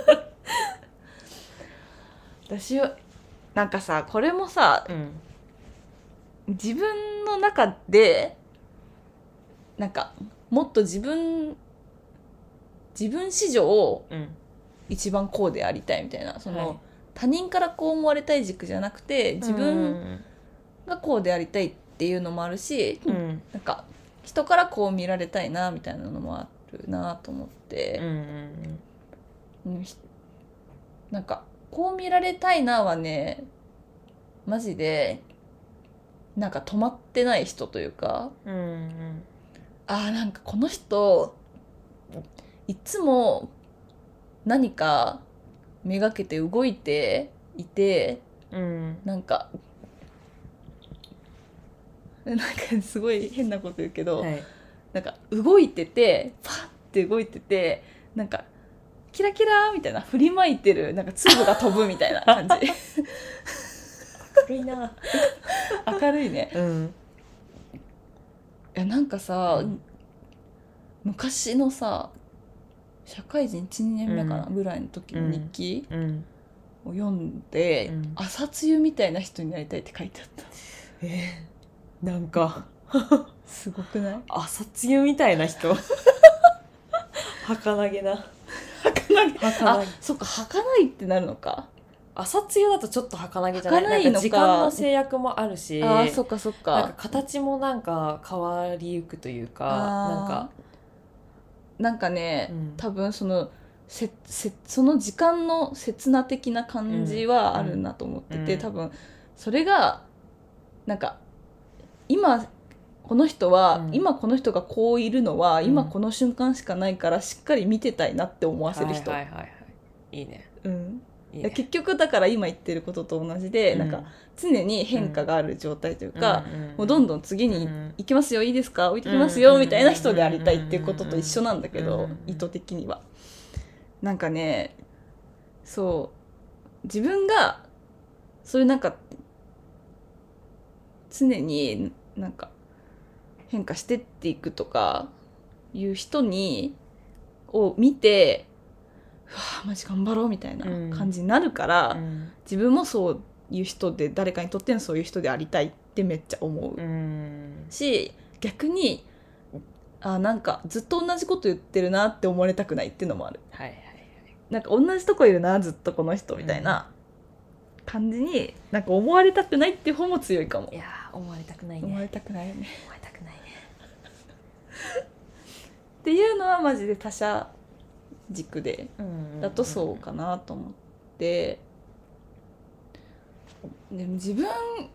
私はなんかさ、これもさ、自分の中でなんかもっと自分史上、一番こうでありたいみたいな、その、他人からこう思われたい軸じゃなくて自分がこうでありたいっていうのもあるし、なんか人からこう見られたいなみたいなのもあるなと思って、なんかこう見られたいなはね、マジでなんか止まってない人というか、なんかこの人いつも何かめがけて動いていて、なんかすごい変なこと言うけど、なんか動いててパッて動いてて、なんかキラキラみたいな振りまいてるなんか粒が飛ぶみたいな感じ。 明るいな。 明るいね。いやなんかさ、昔のさ社会人 1,2 年目かな、ぐらいの時の日記を読んで、朝露みたいな人になりたいって書いてあった。 なんかすごくない？ 朝露みたいな人。儚げな。 そっか、儚いってなるのか。 朝露だとちょっと儚げじゃない？なんか時間の制約もあるし、 そっかそっか。 なんか形もなんか変わりゆくというか、 なんかね、多分そのその時間の刹那的な感じはあるなと思ってて、多分それがなんか今この人は、今この人がこういるのは、今この瞬間しかないからしっかり見てたいなって思わせる人。 いいね。 いや結局だから今言ってることと同じで、なんか常に変化がある状態というか、もうどんどん次に行きますよ、いいですか、置いてきますよ、みたいな人でありたいっていうことと一緒なんだけど、意図的にはなんかね、そう自分がそういうなんか常になんか変化してっていくとかいう人を見て、うわマジ頑張ろうみたいな感じになるから、自分もそういう人で、誰かにとってのそういう人でありたいってめっちゃ思う、し、逆になんかずっと同じこと言ってるなって思われたくないっていうのもある。なんか同じとこいるなずっとこの人みたいな感じになんか思われたくないっていう方も強いかも。 いや思われたくないね。 思われたくないよね。 思われたくないね。 っていうのはマジで他者軸でだとそうかなと思って、でも自分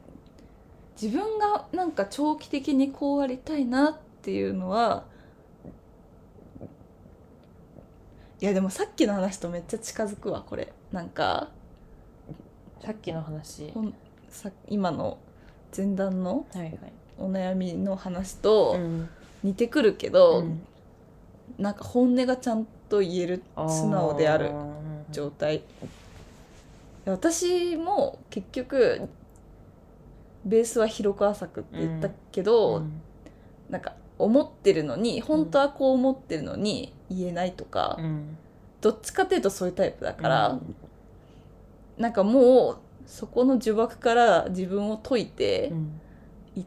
がなんか長期的にこうありたいなっていうのは、いやでもさっきの話とめっちゃ近づくわこれ。なんかさっきの話、 今の前段のお悩みの話と似てくるけど、なんか本音がちゃんと言える、素直である状態。私も結局ベースは広く浅くって言ったけど、なんか思ってるのに本当はこう思ってるのに言えないとか、どっちかっていうとそういうタイプだから、なんかもうそこの呪縛から自分を解いていって、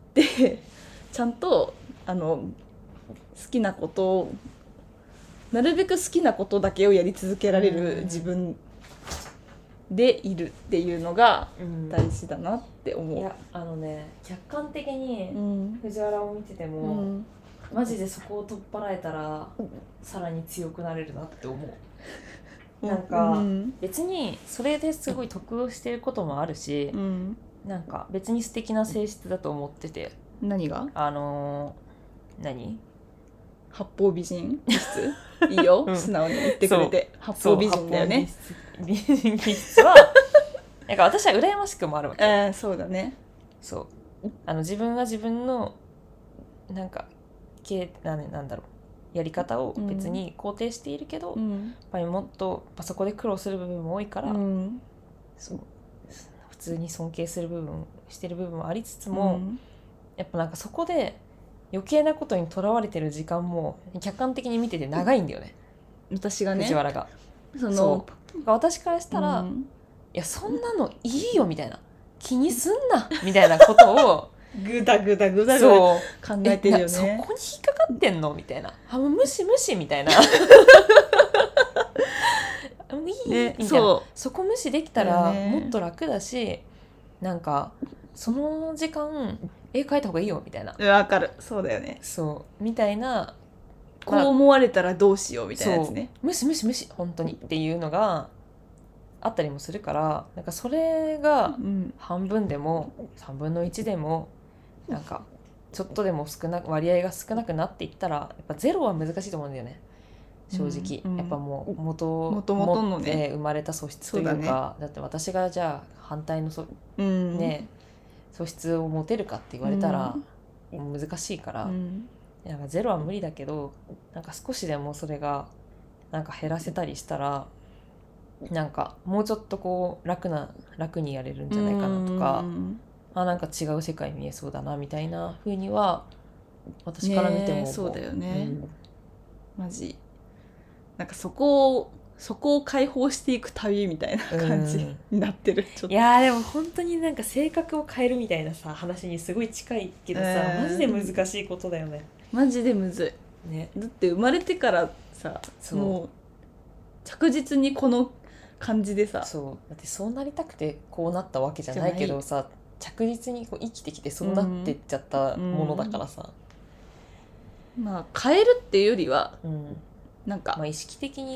ちゃんと好きなことをなるべく好きなことだけをやり続けられる自分でいるっていうのが大事だなって思う。 いや客観的に藤原を見てても、マジでそこを取っ払えたらさらに強くなれるなって思う。なんか別にそれですごい得をしてることもあるし、なんか別に素敵な性質だと思ってて。 何が？ 何？ 八方美人質いいよ、素直に言ってくれて。八方美人だよね。 美人気質はなんか私は羨ましくもあるわけ。 そうだね。 そう自分は自分のなんかなんだろう、やり方を別に肯定しているけど、やっぱりもっとそこで苦労する部分も多いから、そう普通に尊敬する部分してる部分もありつつも、やっぱなんかそこで余計なことにとらわれてる時間も客観的に見てて長いんだよね、 私がね、 藤原が。そう私からしたら、いやそんなのいいよみたいな、気にすんなみたいなことをぐだぐだ考えてるよね。 そこに引っかかってんのみたいな、もう無視みたいなもういい、ね、みたいな。そこ無視できたらもっと楽だし、なんかその時間絵描いた方がいいよみたいな。 わかる、そうだよね。 そうみたいな、 こう思われたらどうしようみたいなやつね。 無視本当にっていうのがあったりもするから、なんかそれが半分でも3分の1でもなんかちょっとでも割合が少なくなっていったら、やっぱゼロは難しいと思うんだよね、正直。やっぱもう元々のね生まれた素質というか、だって私がじゃあ反対の素質を持てるかって言われたら難しいから、なんかゼロは無理だけど、なんか少しでもそれがなんか減らせたりしたら、なんかもうちょっとこう楽にやれるんじゃないかなとか、なんか違う世界見えそうだなみたいな風には私から見てもそうだよね、マジなんかそこを解放していく旅みたいな感じになってる、ちょっと。 いやでも本当になんか性格を変えるみたいなさ話にすごい近いけどさ、マジで難しいことだよね。 マジでむずい、ね、だって生まれてからさ、もう着実にこの感じでさ、 だってそうなりたくてこうなったわけじゃないけどさ、着実にこう生きてきてそうなってっちゃったものだからさ、 まあ変えるっていうよりは、なんか、 意識的に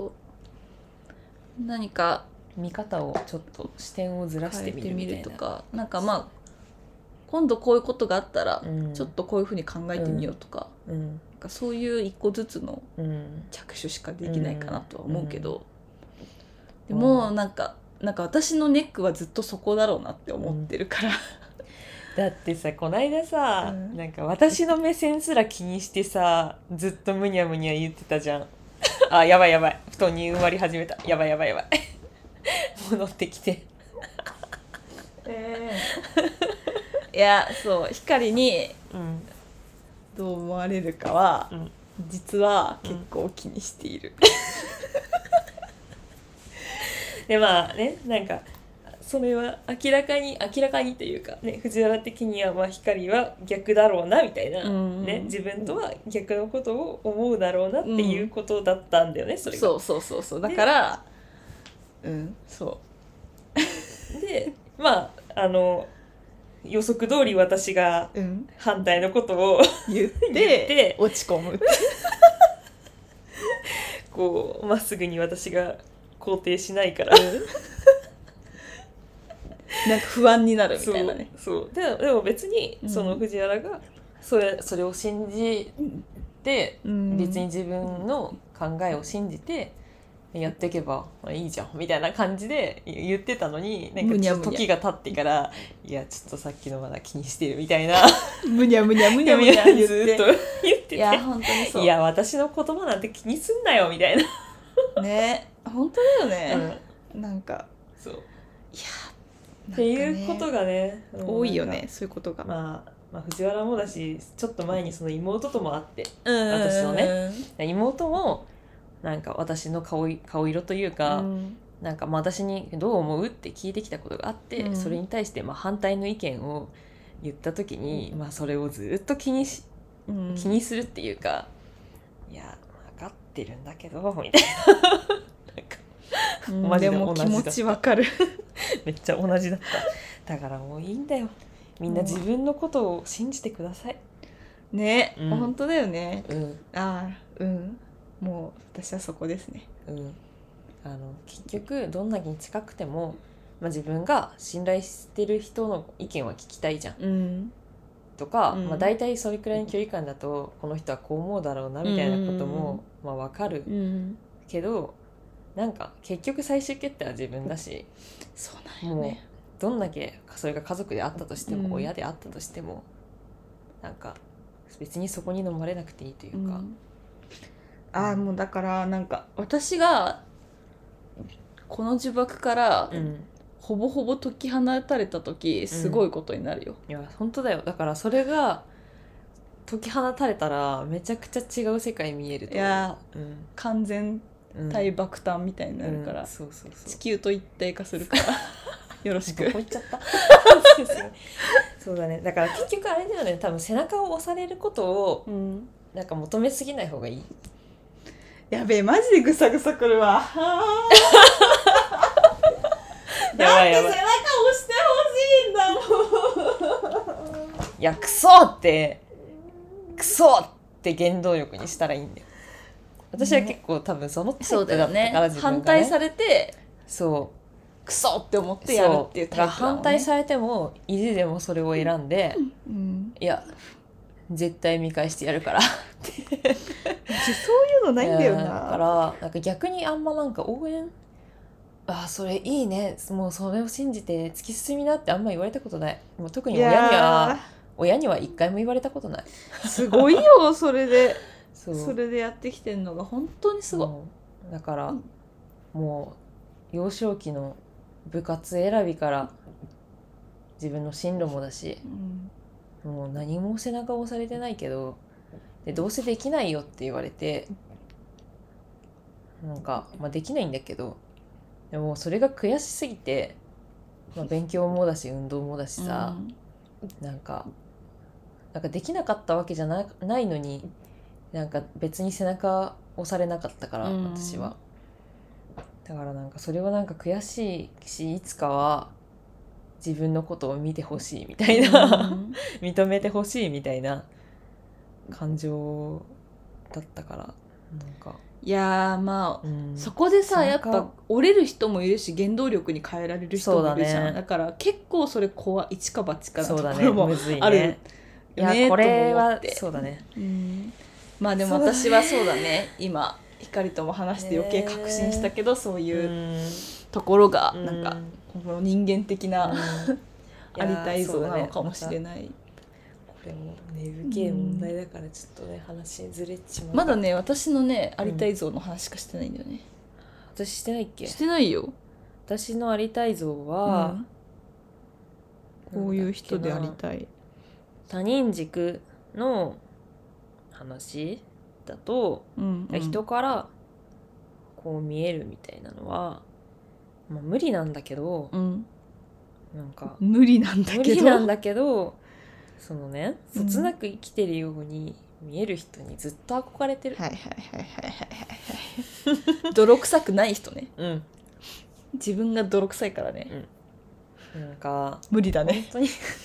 何か見方をちょっと視点をずらしてみるみたいなとか、なんか今度こういうことがあったら、ちょっとこういうふうに考えてみようとか、なんかそういう一個ずつの着手しかできないかなとは思うけど、でもなんか私のネックはずっとそこだろうなって思ってるから、 だってさ、こないださ、なんか私の目線すら気にしてさ、ずっとむにゃむにゃ言ってたじゃん。あ、やばい布団に埋まり始めた。やばい戻ってきていや、光にどう思われるかは、実は結構気にしている、 でなんかそれは明らかにというかね、藤原的には光は逆だろうなみたいな、自分とは逆のことを思うだろうなっていうことだったんだよね、それが。 そうだからで予測通り私が反対のことを、 言って落ち込むこうまっすぐに私が肯定しないから、 なんか不安になるみたいなね。 でも別にその藤原がそれを信じて、別に自分の考えを信じてやっていけばいいじゃんみたいな感じで言ってたのに、なんむにゃむにゃかちょっと時が経ってからいやちょっとさっきのまだ気にしてるみたいなむにゃむにゃむにゃむにゃ言ってずっと言ってて、 いや本当にそういや私の言葉なんて気にすんなよみたいなね、本当だよね、なんかそういやっていうことがね多いよね、そういうことが、 まあ藤原もだし、ちょっと前にその妹とも会って、 私のね妹もなんか私の顔色というか、なんか私にどう思うって聞いてきたことがあって、それに対して反対の意見を言った時に、それをずっと気にするっていうか、いや分かってるんだけどみたいなマジで同じだった。 でも気持ちわかるめっちゃ同じだった。だからもういいんだよ、みんな自分のことを信じてくださいね、本当だよね、もう私はそこですね。 結局どんなに近くても、自分が信頼してる人の意見は聞きたいじゃん、とか、大体それくらいの距離感だとこの人はこう思うだろうなみたいなことも、分かる、けどなんか結局最終決定は自分だし、 そうなんよね、 もうどんだけそれが家族であったとしても、親であったとしてもなんか別にそこに飲まれなくていいというか、 もうだからなんか私がこの呪縛からほぼほぼ解き放たれた時、すごいことになるよ。 いや本当だよ。だからそれが解き放たれたらめちゃくちゃ違う世界見えると。 いや、完全体爆誕みたいになるから、地球と一体化するからよろしく。 どこ行っちゃったそうだね。だから結局あれだよね、多分背中を押されることをなんか求めすぎない方がいい。 やべえ、マジでぐさぐさくるわやばいやばい。 だって背中押してほしいんだもんいやクソって原動力にしたらいいんだよ。私は結構多分そのタイプだったから、自分がね、 反対されてそうクソって思ってやるっていうタイプだもんね。 反対されても意地でもそれを選んで、いや絶対見返してやるからってそういうのないんだよな。 だからなんか逆にあんまなんか応援それいいね、もうそれを信じて突き進みなってあんま言われたことない。もう特に親には一回も言われたことない。 すごいよそれでそれでやってきてんのが本当にすごい。 だから、もう幼少期の部活選びから自分の進路もだし、もう何も背中を押されてないけど、でどうせできないよって言われてなんか、できないんだけど、でもそれが悔しすぎて、勉強もだし運動もだしさ、なんかできなかったわけじゃないのに、なんか別に背中押されなかったから、私は。だからなんかそれはなんか悔しいし、いつかは自分のことを見てほしいみたいな、認めてほしいみたいな感情だったから、なんかいやそこでさ、やっぱ折れる人もいるし原動力に変えられる人もいるじゃん。だから結構それ一か八かなところもあるよね。 これはそうだね。 でも私はそうだね、今光とも話して余計確信したけど、そういうところがなんかこの人間的なありたい像なのかもしれない。 これも根深い問題だからちょっとね、話ずれちまう。 まだね、私のねありたい像の話しかしてないんだよね。 私してないっけ？ してないよ。 私のありたい像は、 こういう人でありたい。 他人軸の話だと、人からこう見えるみたいなのは、無理なんだけど、なんか無理なんだけどそのね、そつなく生きてるように見える人にずっと憧れてる。 泥臭くない人ね。自分が泥臭いからね。 なんか無理だね。 本当に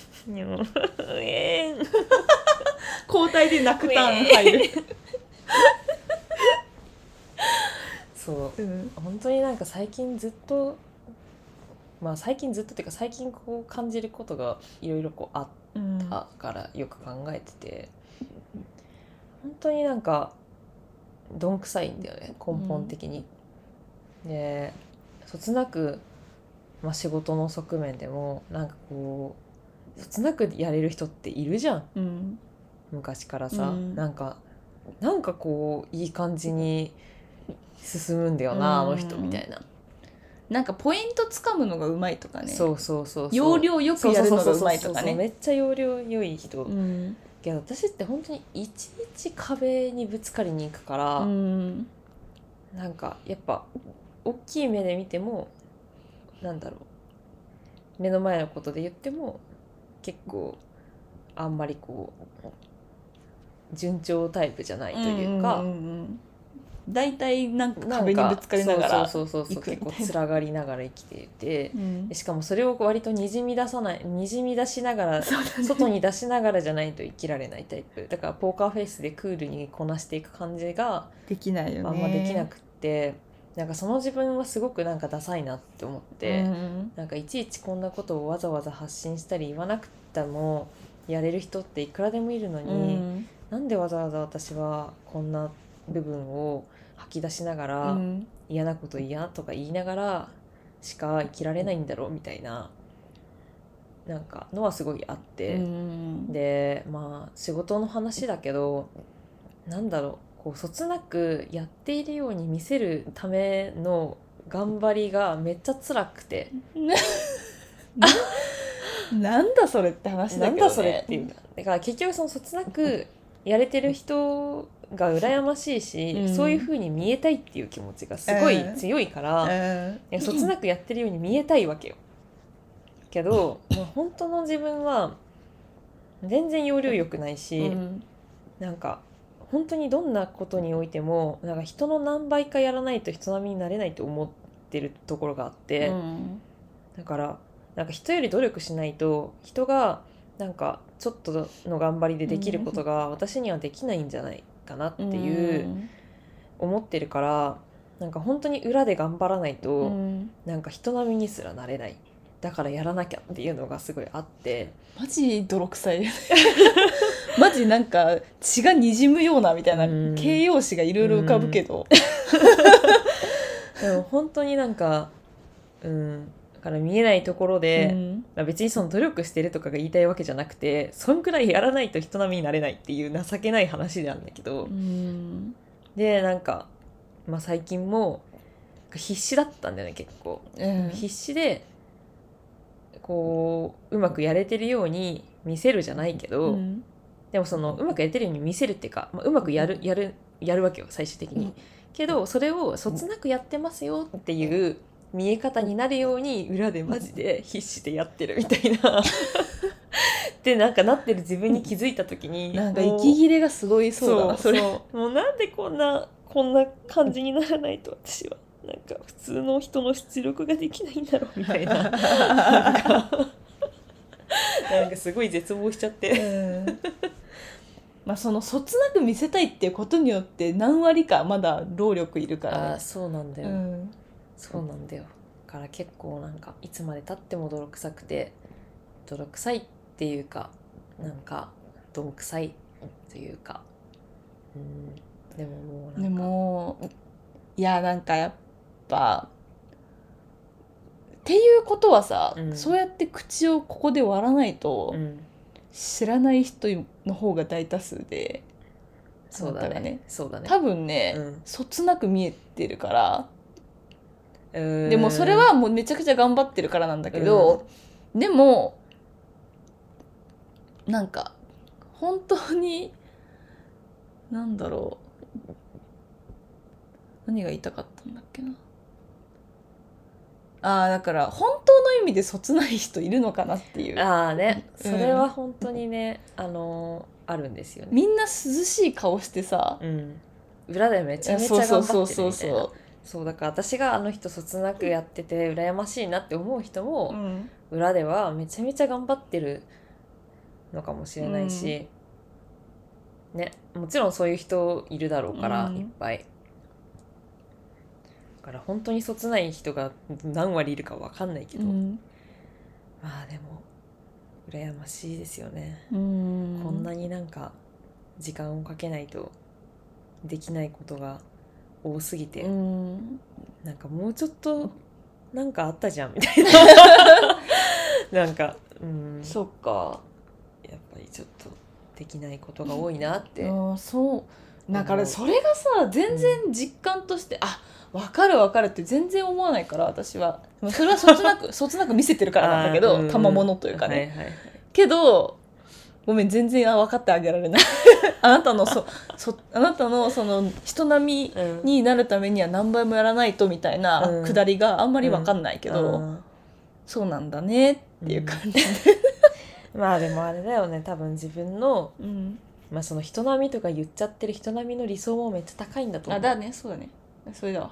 交代で泣くターン入る。 そう、本当になんか最近ずっとっていうか、最近こう感じることがいろいろこうあったからよく考えてて、本当になんかどんくさいんだよね、根本的に。 でそつなく、仕事の側面でもなんかこうそつなくやれる人っているじゃん、昔からさ、なんかこういい感じに進むんだよな、あの人みたいな。 なんかポイントつかむのがうまいとかね。 そう要領よくやるのがうまいとかね。 めっちゃ要領良い人、けど私って本当にいちいち壁にぶつかりに行くから、なんかやっぱ大きい目で見てもなんだろう、目の前のことで言っても結構あんまりこう順調タイプじゃないというか、 だいたいなんか壁にぶつかりながら結構つらがりながら生きていて、しかもそれを割とにじみ出しながら、外に出しながらじゃないと生きられないタイプだから、ポーカーフェイスでクールにこなしていく感じができないよね、 あんまできなくって、なんかその自分はすごくなんかダサいなって思って、なんかいちいちこんなことをわざわざ発信したり言わなくてもやれる人っていくらでもいるのに、なんでわざわざ私はこんな部分を吐き出しながら、嫌なこと嫌とか言いながらしか生きられないんだろうみたいな、なんかのはすごいあって、で仕事の話だけど、なんだろう、こうそつなくやっているように見せるための頑張りがめっちゃ辛くてなんだそれって話だけどね。 なんだそれっていうか、だから結局そのそつなくやれてる人が羨ましいし、そういう風に見えたいっていう気持ちがすごい強いから、そつなくやってるように見えたいわけよ。けどもう本当の自分は全然要領良くないし、なんか本当にどんなことにおいてもなんか人の何倍かやらないと人並みになれないと思ってるところがあって、だからなんか人より努力しないと人がなんかちょっとの頑張りでできることが私にはできないんじゃないかなっていう思ってるから、なんか本当に裏で頑張らないとなんか人並みにすらなれない、だからやらなきゃっていうのがすごいあって、 マジ泥臭いマジなんか血がにじむようなみたいな形容詞がいろいろ浮かぶけど、 でも本当になんかだから見えないところで、別にその努力してるとかが言いたいわけじゃなくて、そんくらいやらないと人並みになれないっていう情けない話なんだけど、でなんか、最近も必死だったんだよね結構、必死でこううまくやれてるように見せるじゃないけど、でもそのうまくやれてるように見せるっていうか、うまくやるわけよ最終的に、けどそれをそつなくやってますよっていう見え方になるように裏でマジで必死でやってるみたいなでなんかなってる自分に気づいた時に、 なんか息切れがすごいそうだな。それもうなんでこんな感じにならないと私はなんか普通の人の出力ができないんだろうみたいななんかすごい絶望しちゃってそのそつなく見せたいっていうことによって何割かまだ労力いるからね。 そうなんだよ、そうなんだよ。だから結構なんかいつまで経っても泥臭くて、泥臭いっていうかなんかどんくさいというか、でももうなんかでもいやなんかやっぱっていうことはさ、そうやって口をここで割らないと、知らない人の方が大多数で、 そうだね多分ね、そつなく見えてるから、でもそれはもうめちゃくちゃ頑張ってるからなんだけど、でもなんか本当になんだろう、何が言いたかったんだっけな。だから本当の意味でそつない人いるのかなっていう。 それは本当にね、あるんですよね。 みんな涼しい顔してさ、 裏でめちゃめちゃ頑張ってるみたいな。そうだから私があの人そつなくやってて羨ましいなって思う人も、裏ではめちゃめちゃ頑張ってるのかもしれないし、ね、もちろんそういう人いるだろうから、いっぱい。だから本当にそつない人が何割いるか分かんないけど、でも羨ましいですよね。こんなになんか時間をかけないとできないことが多すぎて、 なんかもうちょっとなんかあったじゃんみたいななんかそっか、 やっぱりちょっとできないことが多いなってそうだからそれがさ全然実感として、分かる分かるって全然思わないから私は。それはそつなくそつなく見せてるからなんだけど、賜物というかね、 はいはいはい、 けどごめん全然分かってあげられないあなたのあなたのその人並みになるためには何倍もやらないとみたいなくだりがあんまり分かんないけど、そうなんだねっていう感じで、 まあでもあれだよね、多分自分の、まあその人並みとか言っちゃってる人並みの理想もめっちゃ高いんだと思う。 だね、そうだね、それだわ、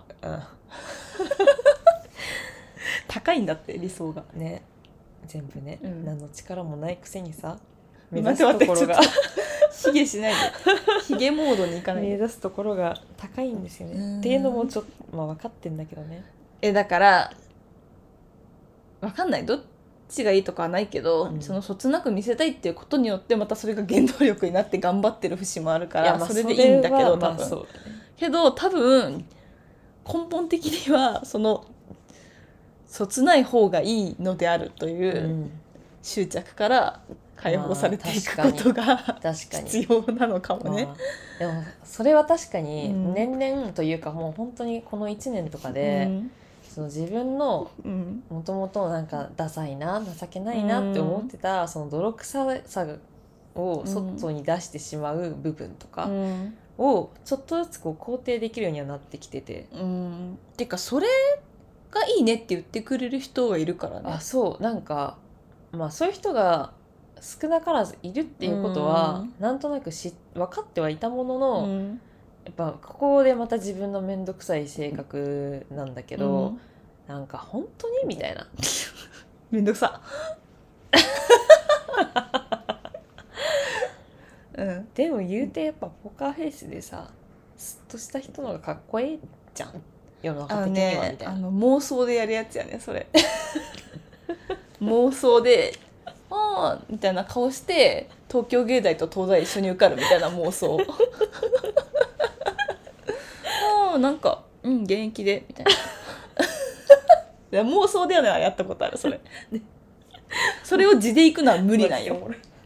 高いんだって理想がね、全部ね、何の力もないくせにさ目指すところが卑下しないで卑下モードに行かないで目指すところが高いんですよねっていうのもちょっとまあ分かってんだけどね。 だから分かんない、どっちがいいとかはないけど、そのそつなく見せたいっていうことによってまたそれが原動力になって頑張ってる節もあるから、それでいいんだけど多分、そうだね、けど多分根本的にはそのそつない方がいいのであるという執着から解放されていくことが必要なのかもね。 でもそれは確かに年々というかもう本当にこの1年とかで、その自分のもともとなんかダサいな情けないなって思ってたその泥臭さを外に出してしまう部分とかをちょっとずつこう肯定できるようにはなってきてて、 てかそれがいいねって言ってくれる人がいるからね。 そうなんかまあそういう人が少なからずいるっていうことはなんとなく分かってはいたものの、やっぱここでまた自分の面倒くさい性格なんだけど、なんか本当にみたいな面倒くさでも言うてやっぱポーカーフェイスでさスッとした人の方がかっこいいじゃん世の中的にはみたいな、 妄想でやるやつやねそれ妄想でみたいな顔して東京芸大と東大一緒に受かるみたいな妄想なんか現役でみたいな妄想ではないやったことあるそれそれを地で行くのは無理なんよ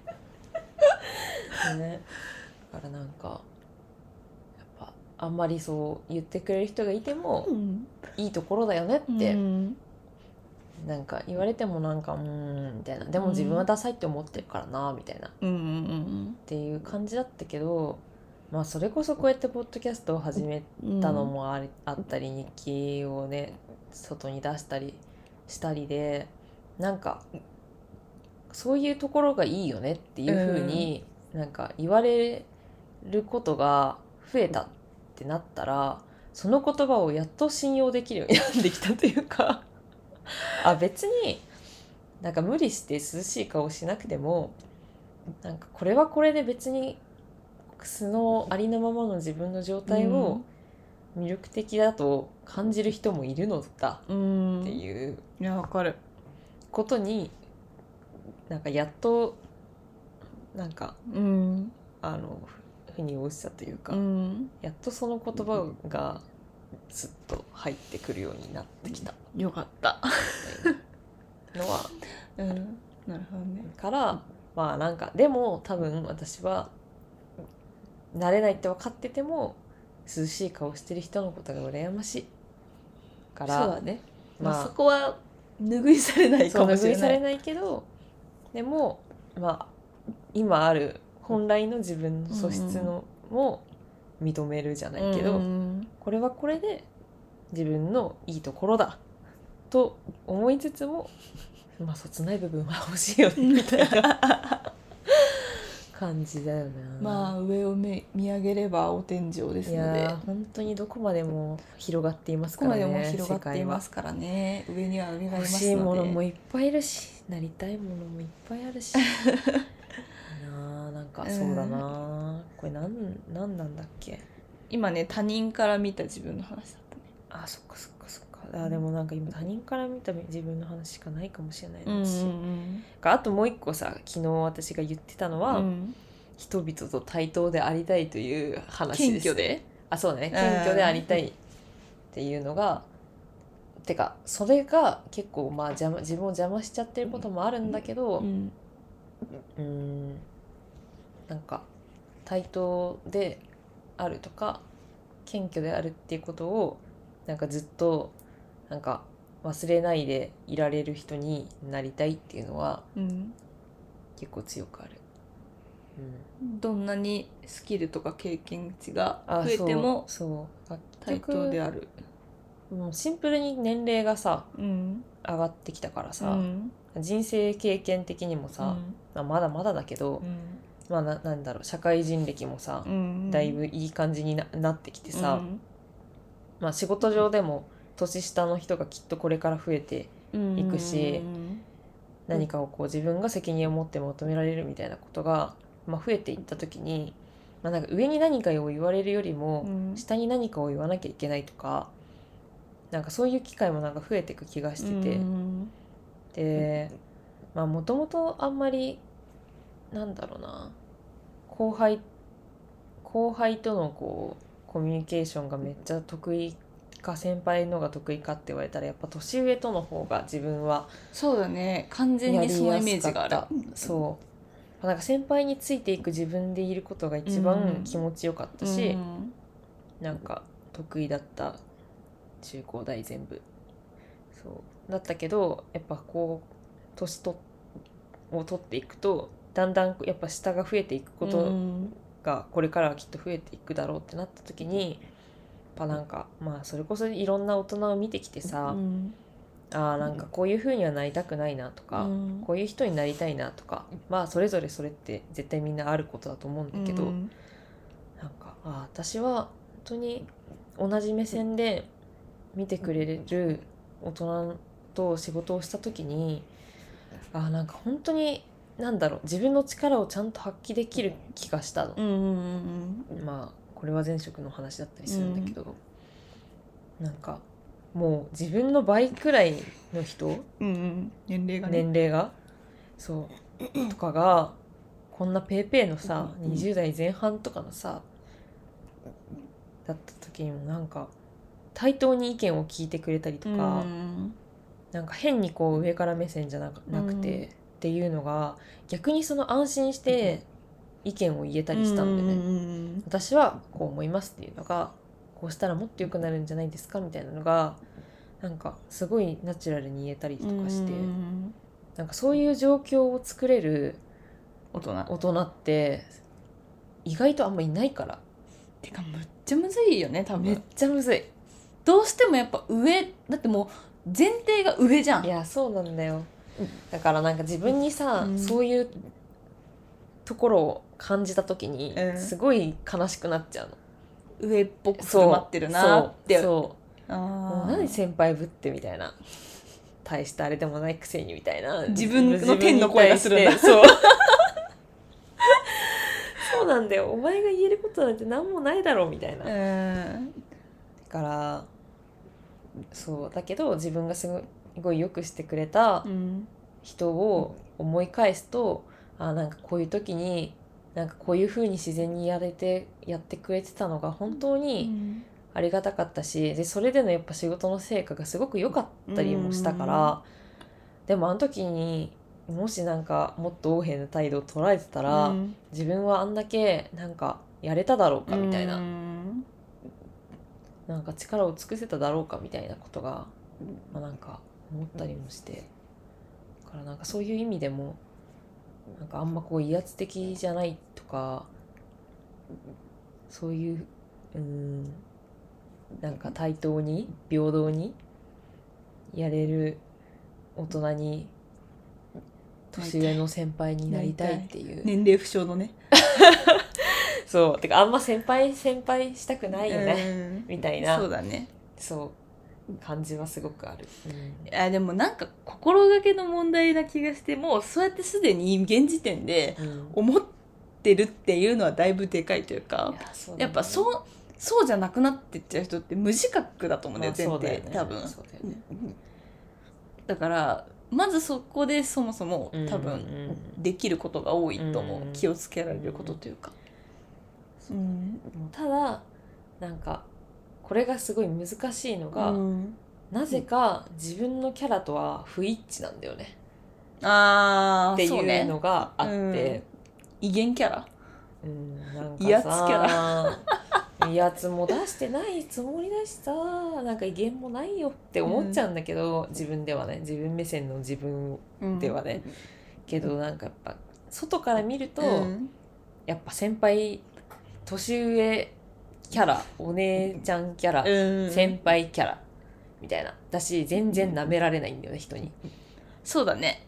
ね、だからなんかやっぱあんまりそう言ってくれる人がいても、いいところだよねって、なんか言われてもなんかみたいな、でも自分はダサいって思ってるからなみたいな、っていう感じだったけど、まあそれこそこうやってポッドキャストを始めたのもあったり、日記をね外に出したりしたりで、なんかそういうところがいいよねっていう風になんか言われることが増えたってなったら、その言葉をやっと信用できるようになってきたというか別になんか無理して涼しい顔しなくてもなんかこれはこれで別に素のありのままの自分の状態を魅力的だと感じる人もいるのだっていうことになんかやっとなんか、腑に落ちたというか、やっとその言葉がすっと入ってくるようになってきた。 よかったのは、 なるほどね。 からまあなんかでも多分私は慣れないって分かってても涼しい顔してる人のことが羨ましいから、 そうだね。そこは拭いされないかもしれない。 拭いされないけど、でもまあ今ある本来の自分の素質のも認めるじゃないけど、これはこれで自分のいいところだと思いつつも、まあそつない部分は欲しいよねみたいな感じだよね。 まあ上を見上げればお天井ですので、 本当にどこまでも広がっていますからね。 どこまでも広がっていますからね。上には上がいますので、 欲しいものもいっぱいいるし、なりたいものもいっぱいあるしなんかそうだな、これなんなんだっけ。 今ね他人から見た自分の話だったね。 そっかそっかそっか。でもなんか今他人から見た自分の話しかないかもしれないし、あともう一個さ、昨日私が言ってたのは、人々と対等でありたいという話です。 謙虚でそうだね、謙虚でありたいっていうのがてかそれが結構まあ自分を邪魔しちゃってることもあるんだけど、なんか対等であるとか謙虚であるっていうことをなんかずっとなんか忘れないでいられる人になりたいっていうのは結構強くある。 どんなにスキルとか経験値が増えても対等である。 シンプルに年齢がさ、上がってきたからさ、人生経験的にもさ、まだまだだけど、まあなんだろう、社会人歴もさ、だいぶいい感じに なってきてさ、まあ仕事上でも年下の人がきっとこれから増えていくし、何かをこう自分が責任を持って求められるみたいなことが、まあ、増えていった時に、まあ、なんか上に何かを言われるよりも下に何かを言わなきゃいけないとか、なんかそういう機会もなんか増えていく気がしてて、でまあもともとあんまりなんだろうな、後輩とのこうコミュニケーションがめっちゃ得意か先輩のが得意かって言われたらやっぱ年上との方が自分はそうだね、完全にそのイメージがある。 そうなんか先輩についていく自分でいることが一番気持ちよかったし、なんか得意だった、中高大全部そうだったけど、やっぱこう年を取っていくとだんだんやっぱ下が増えていくことがこれからはきっと増えていくだろうってなった時に、やっぱなんかまあそれこそいろんな大人を見てきてさ、なんかこういう風にはなりたくないなとか、こういう人になりたいなとか、まあそれぞれそれって絶対みんなあることだと思うんだけど、なんか私は本当に同じ目線で見てくれる大人と仕事をした時に、なんか本当になんだろう、自分の力をちゃんと発揮できる気がしたの。まあこれは前職の話だったりするんだけど、なんかもう自分の倍くらいの人、 年齢がそうとかがこんなペーペーのさ、20代前半とかのさだった時にもなんか対等に意見を聞いてくれたりとか、なんか変にこう上から目線じゃなくて、っていうのが逆にその安心して意見を言えたりしたんでね、私はこう思いますっていうのが、こうしたらもっと良くなるんじゃないですかみたいなのがなんかすごいナチュラルに言えたりとかして、なんかそういう状況を作れる大人って意外とあんまいないから。 てかむっちゃむずいよね、多分。 めっちゃむずい。 どうしてもやっぱ上だって、もう前提が上じゃん。 いやそうなんだよ。だからなんか自分にさ、そういうところを感じた時にすごい悲しくなっちゃうの。 上っぽく振る舞ってるなって。 もう何先輩ぶってみたいな、大したあれでもないくせにみたいな、 自分の天の声がするんだ。 そうなんだよ、お前が言えることなんて何もないだろうみたいな。だからそうだけど自分がすごいよくしてくれた人を思い返すと、なんかこういう時になんかこういう風に自然にやってくれてたのが本当にありがたかったし、でそれでのやっぱ仕事の成果がすごく良かったりもしたから、でもあの時にもしなんかもっと横柄な態度を捉えてたら、自分はあんだけなんかやれただろうかみたいな、なんか力を尽くせただろうかみたいなことが、なんか思ったりもして、だからなんかそういう意味でもなんかあんまこう威圧的じゃないとか、そういうなんか対等に平等にやれる大人に、年上の先輩になりたいっていう、 年齢不詳のねそうてかあんま先輩したくないよね、みたいな。 そうだね、 そう感じはすごくある。 でもなんか心がけの問題な気がして、もうそうやってすでに現時点で思ってるっていうのはだいぶでかいというか、やっぱそうじゃなくなってっちゃう人って無自覚だと思うんだよ、前提、多分。だからまずそこでそもそも多分できることが多いと思う、気をつけられることというか。 ただなんかこれがすごい難しいのが、 なぜか自分のキャラとは不一致なんだよねっていうのがあって、 威厳キャラ、 なんかさ威圧キャラ威圧も出してないつもりだしさ、なんか威厳もないよって思っちゃうんだけど、自分ではね、自分目線の自分ではね、けどなんかやっぱ外から見ると、やっぱ先輩年上キャラ、お姉ちゃんキャラ、先輩キャラみたいなだし、全然舐められないんだよね、人に。 そうだね。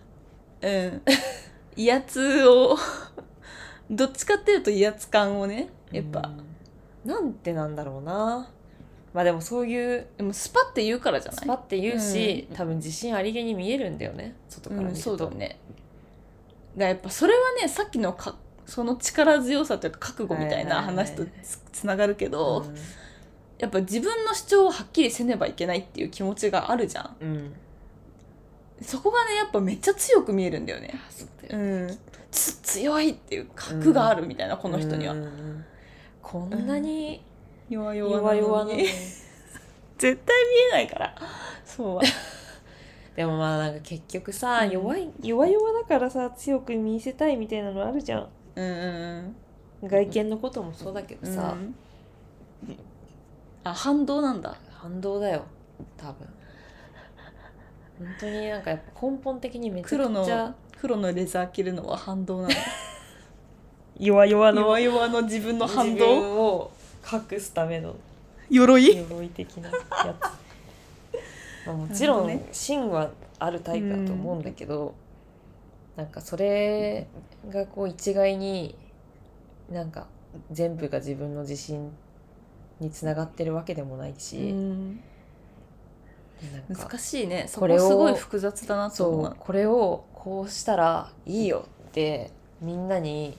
威圧をどっちかっていうと威圧感をね、やっぱ、 なんてなんだろうな。まあでもそういうでもスパって言うからじゃない？ スパって言うし、多分自信ありげに見えるんだよね、外から見ると。 そうだね。だからやっぱそれはね、さっきのその力強さというか覚悟みたいな話とつながるけど、やっぱ自分の主張をはっきりせねばいけないっていう気持ちがあるじゃん。そこがねやっぱめっちゃ強く見えるんだよね。強いっていう核があるみたいな、この人には。 こんなに弱々なのに絶対見えないから。そうでもまあなんか結局さ、弱々だからさ強く見せたいみたいなのあるじゃん。外見のこともそうだけどさ、 反動なんだ。 反動だよ多分。本当になんかやっぱ根本的にめちゃくちゃ黒のレザー着るのは反動なんだ。 弱々 の自分の反動自分を隠すための鎧的なやつもちろん芯はあるタイプだと思うんだけど、なんかそれがこう一概になんか全部が自分の自信につながってるわけでもないし、 なんか難しいね。そこすごい複雑だなと思う。 これをこうしたらいいよってみんなに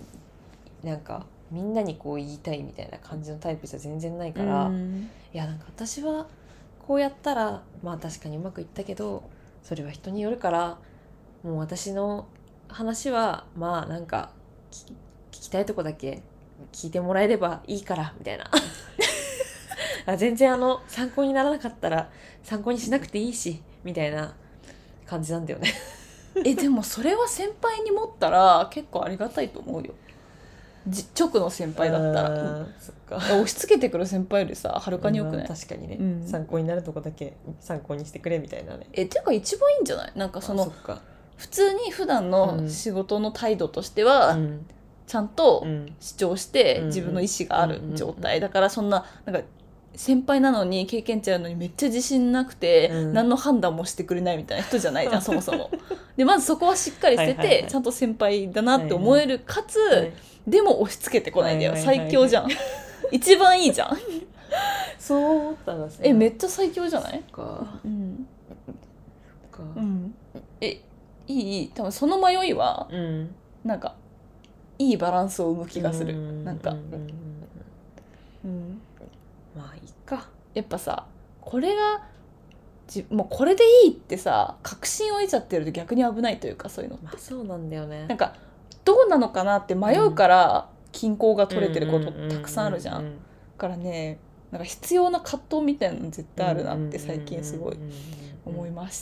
こう言いたいみたいな感じのタイプじゃ全然ないから、いやなんか私はこうやったらまあ確かにうまくいったけど、それは人によるから、もう私の話はまあなんか聞きたいとこだけ聞いてもらえればいいからみたいな全然参考にならなかったら参考にしなくていいしみたいな感じなんだよねでもそれは先輩に持ったら結構ありがたいと思うよ。直の先輩だったら。そっか、押し付けてくる先輩よりさはるかによくない？ 確かにね、参考になるとこだけ参考にしてくれみたいなね。 ていうか一番いいんじゃない？なんかその普通に普段の仕事の態度としては、ちゃんと主張して自分の意思がある状態だから、そんななんか先輩なのに経験値あるのにめっちゃ自信なくて、何の判断もしてくれないみたいな人じゃないじゃんそもそも。でまずそこはしっかり捨てて、ちゃんと先輩だなって思える、かつ、でも押し付けてこないんだよ。最強じゃん一番いいじゃんそう思ったらさ、 めっちゃ最強じゃない？いい多分その迷いは、なんかいいバランスを生む気がする。なんかまあいいか。 やっぱさ、これがもうこれでいいってさ確信を得ちゃってると逆に危ないというか、そういうのって、 そうなんだよね。 なんかどうなのかなって迷うから均衡が取れてることたくさんあるじゃん。だからね、なんか必要な葛藤みたいなの絶対あるなって最近すごい思いました。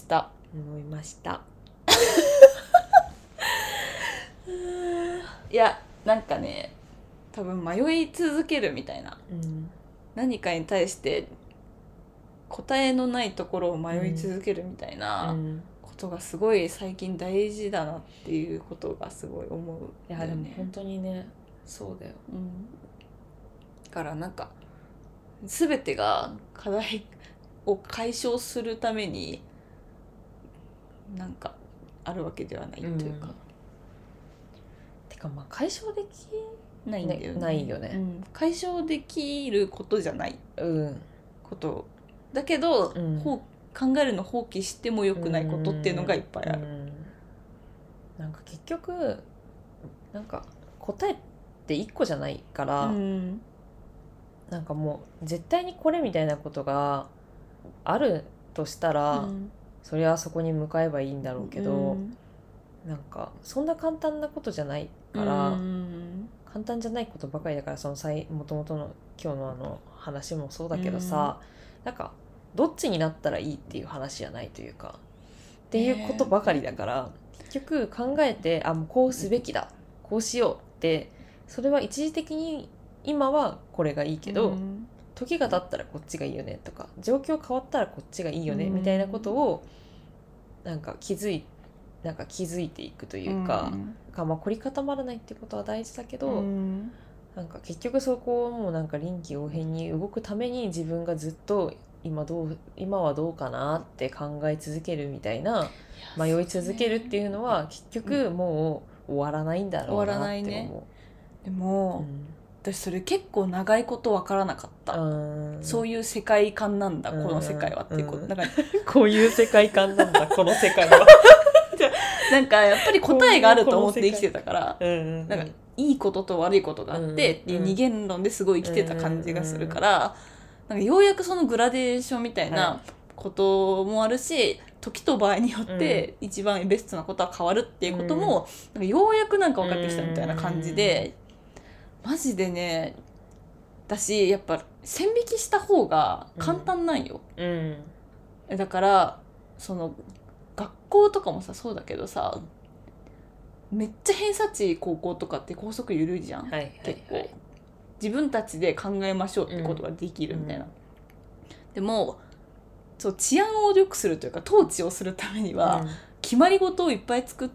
いやなんかね、多分迷い続けるみたいな、何かに対して答えのないところを迷い続けるみたいなことがすごい最近大事だなっていうことがすごい思う、 いやでも本当にね、そうだよ。 だからなんか全てが課題を解消するためになんかあるわけではないというか、 てかまあ解消できないんだよね。 ないよね、 解消できることじゃないことだけど、考えるの放棄してもよくないことっていうのがいっぱいある。 なんか結局なんか答えって一個じゃないから、なんかもう絶対にこれみたいなことがあるとしたら、それはそこに向かえばいいんだろうけど、なんかそんな簡単なことじゃないから、簡単じゃないことばかりだから、そのもともとの今日の話もそうだけどさ、なんかどっちになったらいいっていう話じゃないというかっていうことばかりだから、結局考えてもうこうすべきだこうしようってそれは一時的に今はこれがいいけど、時が経ったらこっちがいいよねとか状況変わったらこっちがいいよねみたいなことをなんか気づいていくというか、まあ凝り固まらないってことは大事だけど、なんか結局そこをもうなんか臨機応変に動くために自分がずっと今はどうかなって考え続けるみたいな、迷い続けるっていうのは結局もう終わらないんだろうなって思う。終わらないね。 でも、私それ結構長いこと分からなかった。そういう世界観なんだ、この世界はっていうこと、なんかこういう世界観なんだこの世界はなんかやっぱり答えがあると思って生きてたからなんかいいことと悪いことがあってっていう二元論ですごい生きてた感じがするから、なんかようやくそのグラデーションみたいなこともあるし、時と場合によって一番ベストなことは変わるっていうことも、なんかようやくなんか分かってきたみたいな感じで、マジでね、私やっぱ線引きした方が簡単なんよ、だからその学校とかもさそうだけどさ、めっちゃ偏差値高校とかって校則緩いじゃん、結構自分たちで考えましょうってことができるみたいな、でもそう治安を良くするというか統治をするためには、決まり事をいっぱい作って、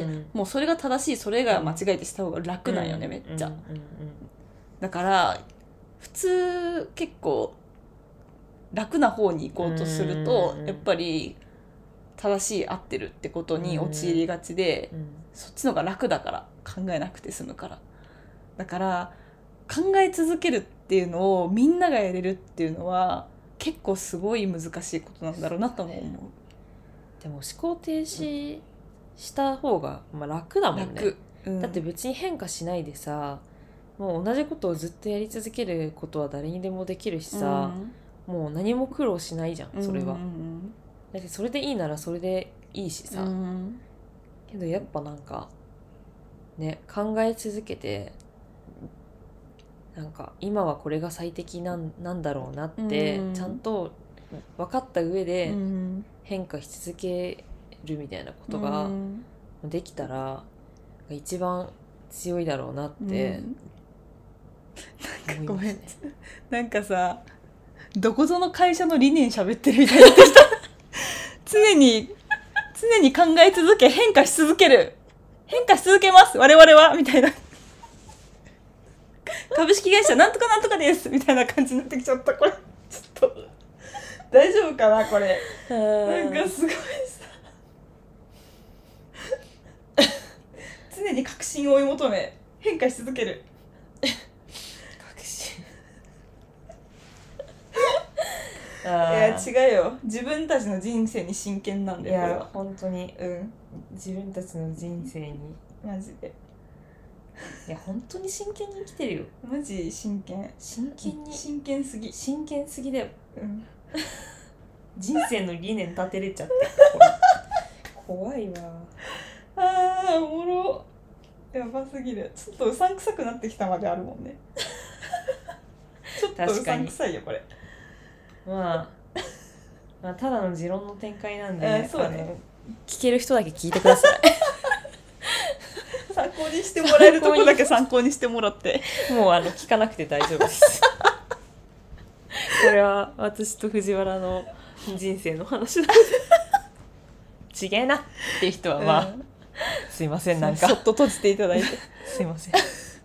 もうそれが正しいそれが間違えてした方が楽なんよね、めっちゃ、だから普通結構楽な方に行こうとすると、やっぱり正しい合ってるってことに陥りがちで、そっちの方が楽だから考えなくて済むから、だから考え続けるっていうのをみんながやれるっていうのは結構すごい難しいことなんだろうなとも思う。 でも思考停止した方が楽だもんね、だって別に変化しないでさ、もう同じことをずっとやり続けることは誰にでもできるしさ、もう何も苦労しないじゃんそれは、だってそれでいいならそれでいいしさ、けどやっぱなんかね考え続けて、なんか今はこれが最適なんだろうなってちゃんと分かった上で変化し続けるみたいなことができたら一番強いだろうなって、 なんかごめん、なんかさどこぞの会社の理念喋ってるみたいになってきた常に考え続け変化し続けます我々はみたいな株式会社なんとかなんとかですみたいな感じになってきちゃった。これちょっと大丈夫かなこれなんかすごいさ常に革新を追い求め変化し続ける革新いや違うよ、自分たちの人生に真剣なんだよ。 いや本当に、自分たちの人生にマジでいや本当に真剣に生きてるよ。 マジ真剣すぎだよ、人生の理念立てれちゃって怖いわ。 おもろ、やばすぎる。ちょっとうさんくさくなってきたまであるもんねちょっとうさんくさいよこれ。 まあただの持論の展開なんで、 そうね、 聞ける人だけ聞いてください参考にしてもらえるとこだけ参考にしてもらってもう聞かなくて大丈夫ですこれは私と藤原の人生の話だちげえなっていう人はすいません、なんかそっと閉じていただいてすいません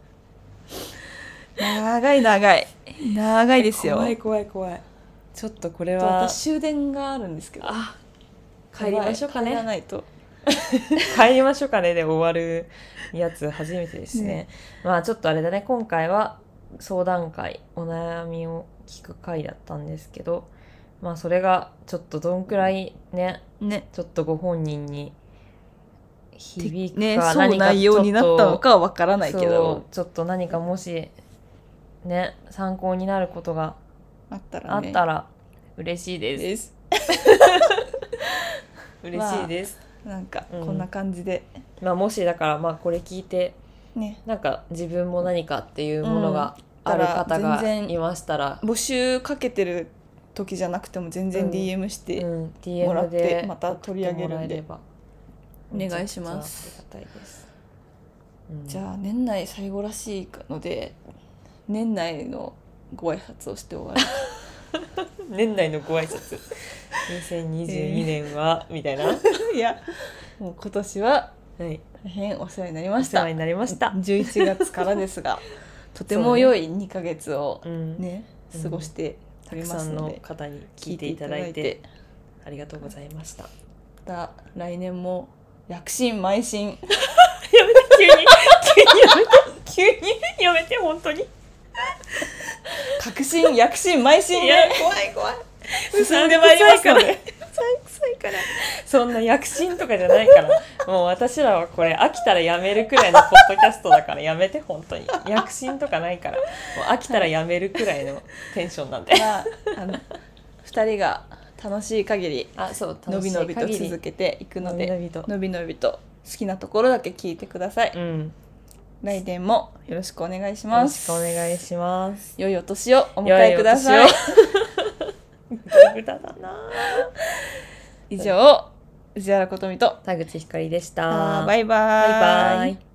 長いですよ。 怖いちょっとこれは私終電があるんですけど、 帰りましょうかね。 帰らないと帰りましょうかねで終わるやつ初めてですね。まあちょっとあれだね、今回は相談会、お悩みを聞く会だったんですけど、まあそれがちょっとどんくらいねちょっとご本人に響くか、 そう内容になったのかはわからないけど、 ちょっと何かもしね参考になることがあったら嬉しいです。嬉しいです。 なんかこんな感じで、 もしだからこれ聞いて、なんか自分も何かっていうものがある方がいましたら、 募集かけてる時じゃなくても全然 DM してもらっ DM てでまた取り上げるんで送ってもらおえれば願いします。 ありがたいです。 じゃあ年内最後らしいので年内のご挨拶をして終わる。 年内のご挨拶2022年は、みたいな。 いやもう今年ははい、 大変お世話になりました。 お世話になりました。 11月からですがとても良い2ヶ月をね、過ごしておたくりますさんのので、 方に聞いていただいてありがとうございました。 また来年も躍進邁進やめて急に急にやめて本当に革新躍進邁進いやで怖い怖い進んでまいりますので臭いからそんな躍進とかじゃないからもう私らはこれ飽きたらやめるくらいのポッドキャストだからやめて本当に躍進とかないからもう飽きたらやめるくらいのテンションなんで、 まあ、2人が楽しい限りそうのびのびと続けていくのでのびのびと好きなところだけ聞いてください、来年もよろしくお願いします。 よろしくお願いします。 良いお年をお迎えください。 無駄だな。 以上、藤原琴美と田口ひかりでした。 バイバイ。 バイバイ。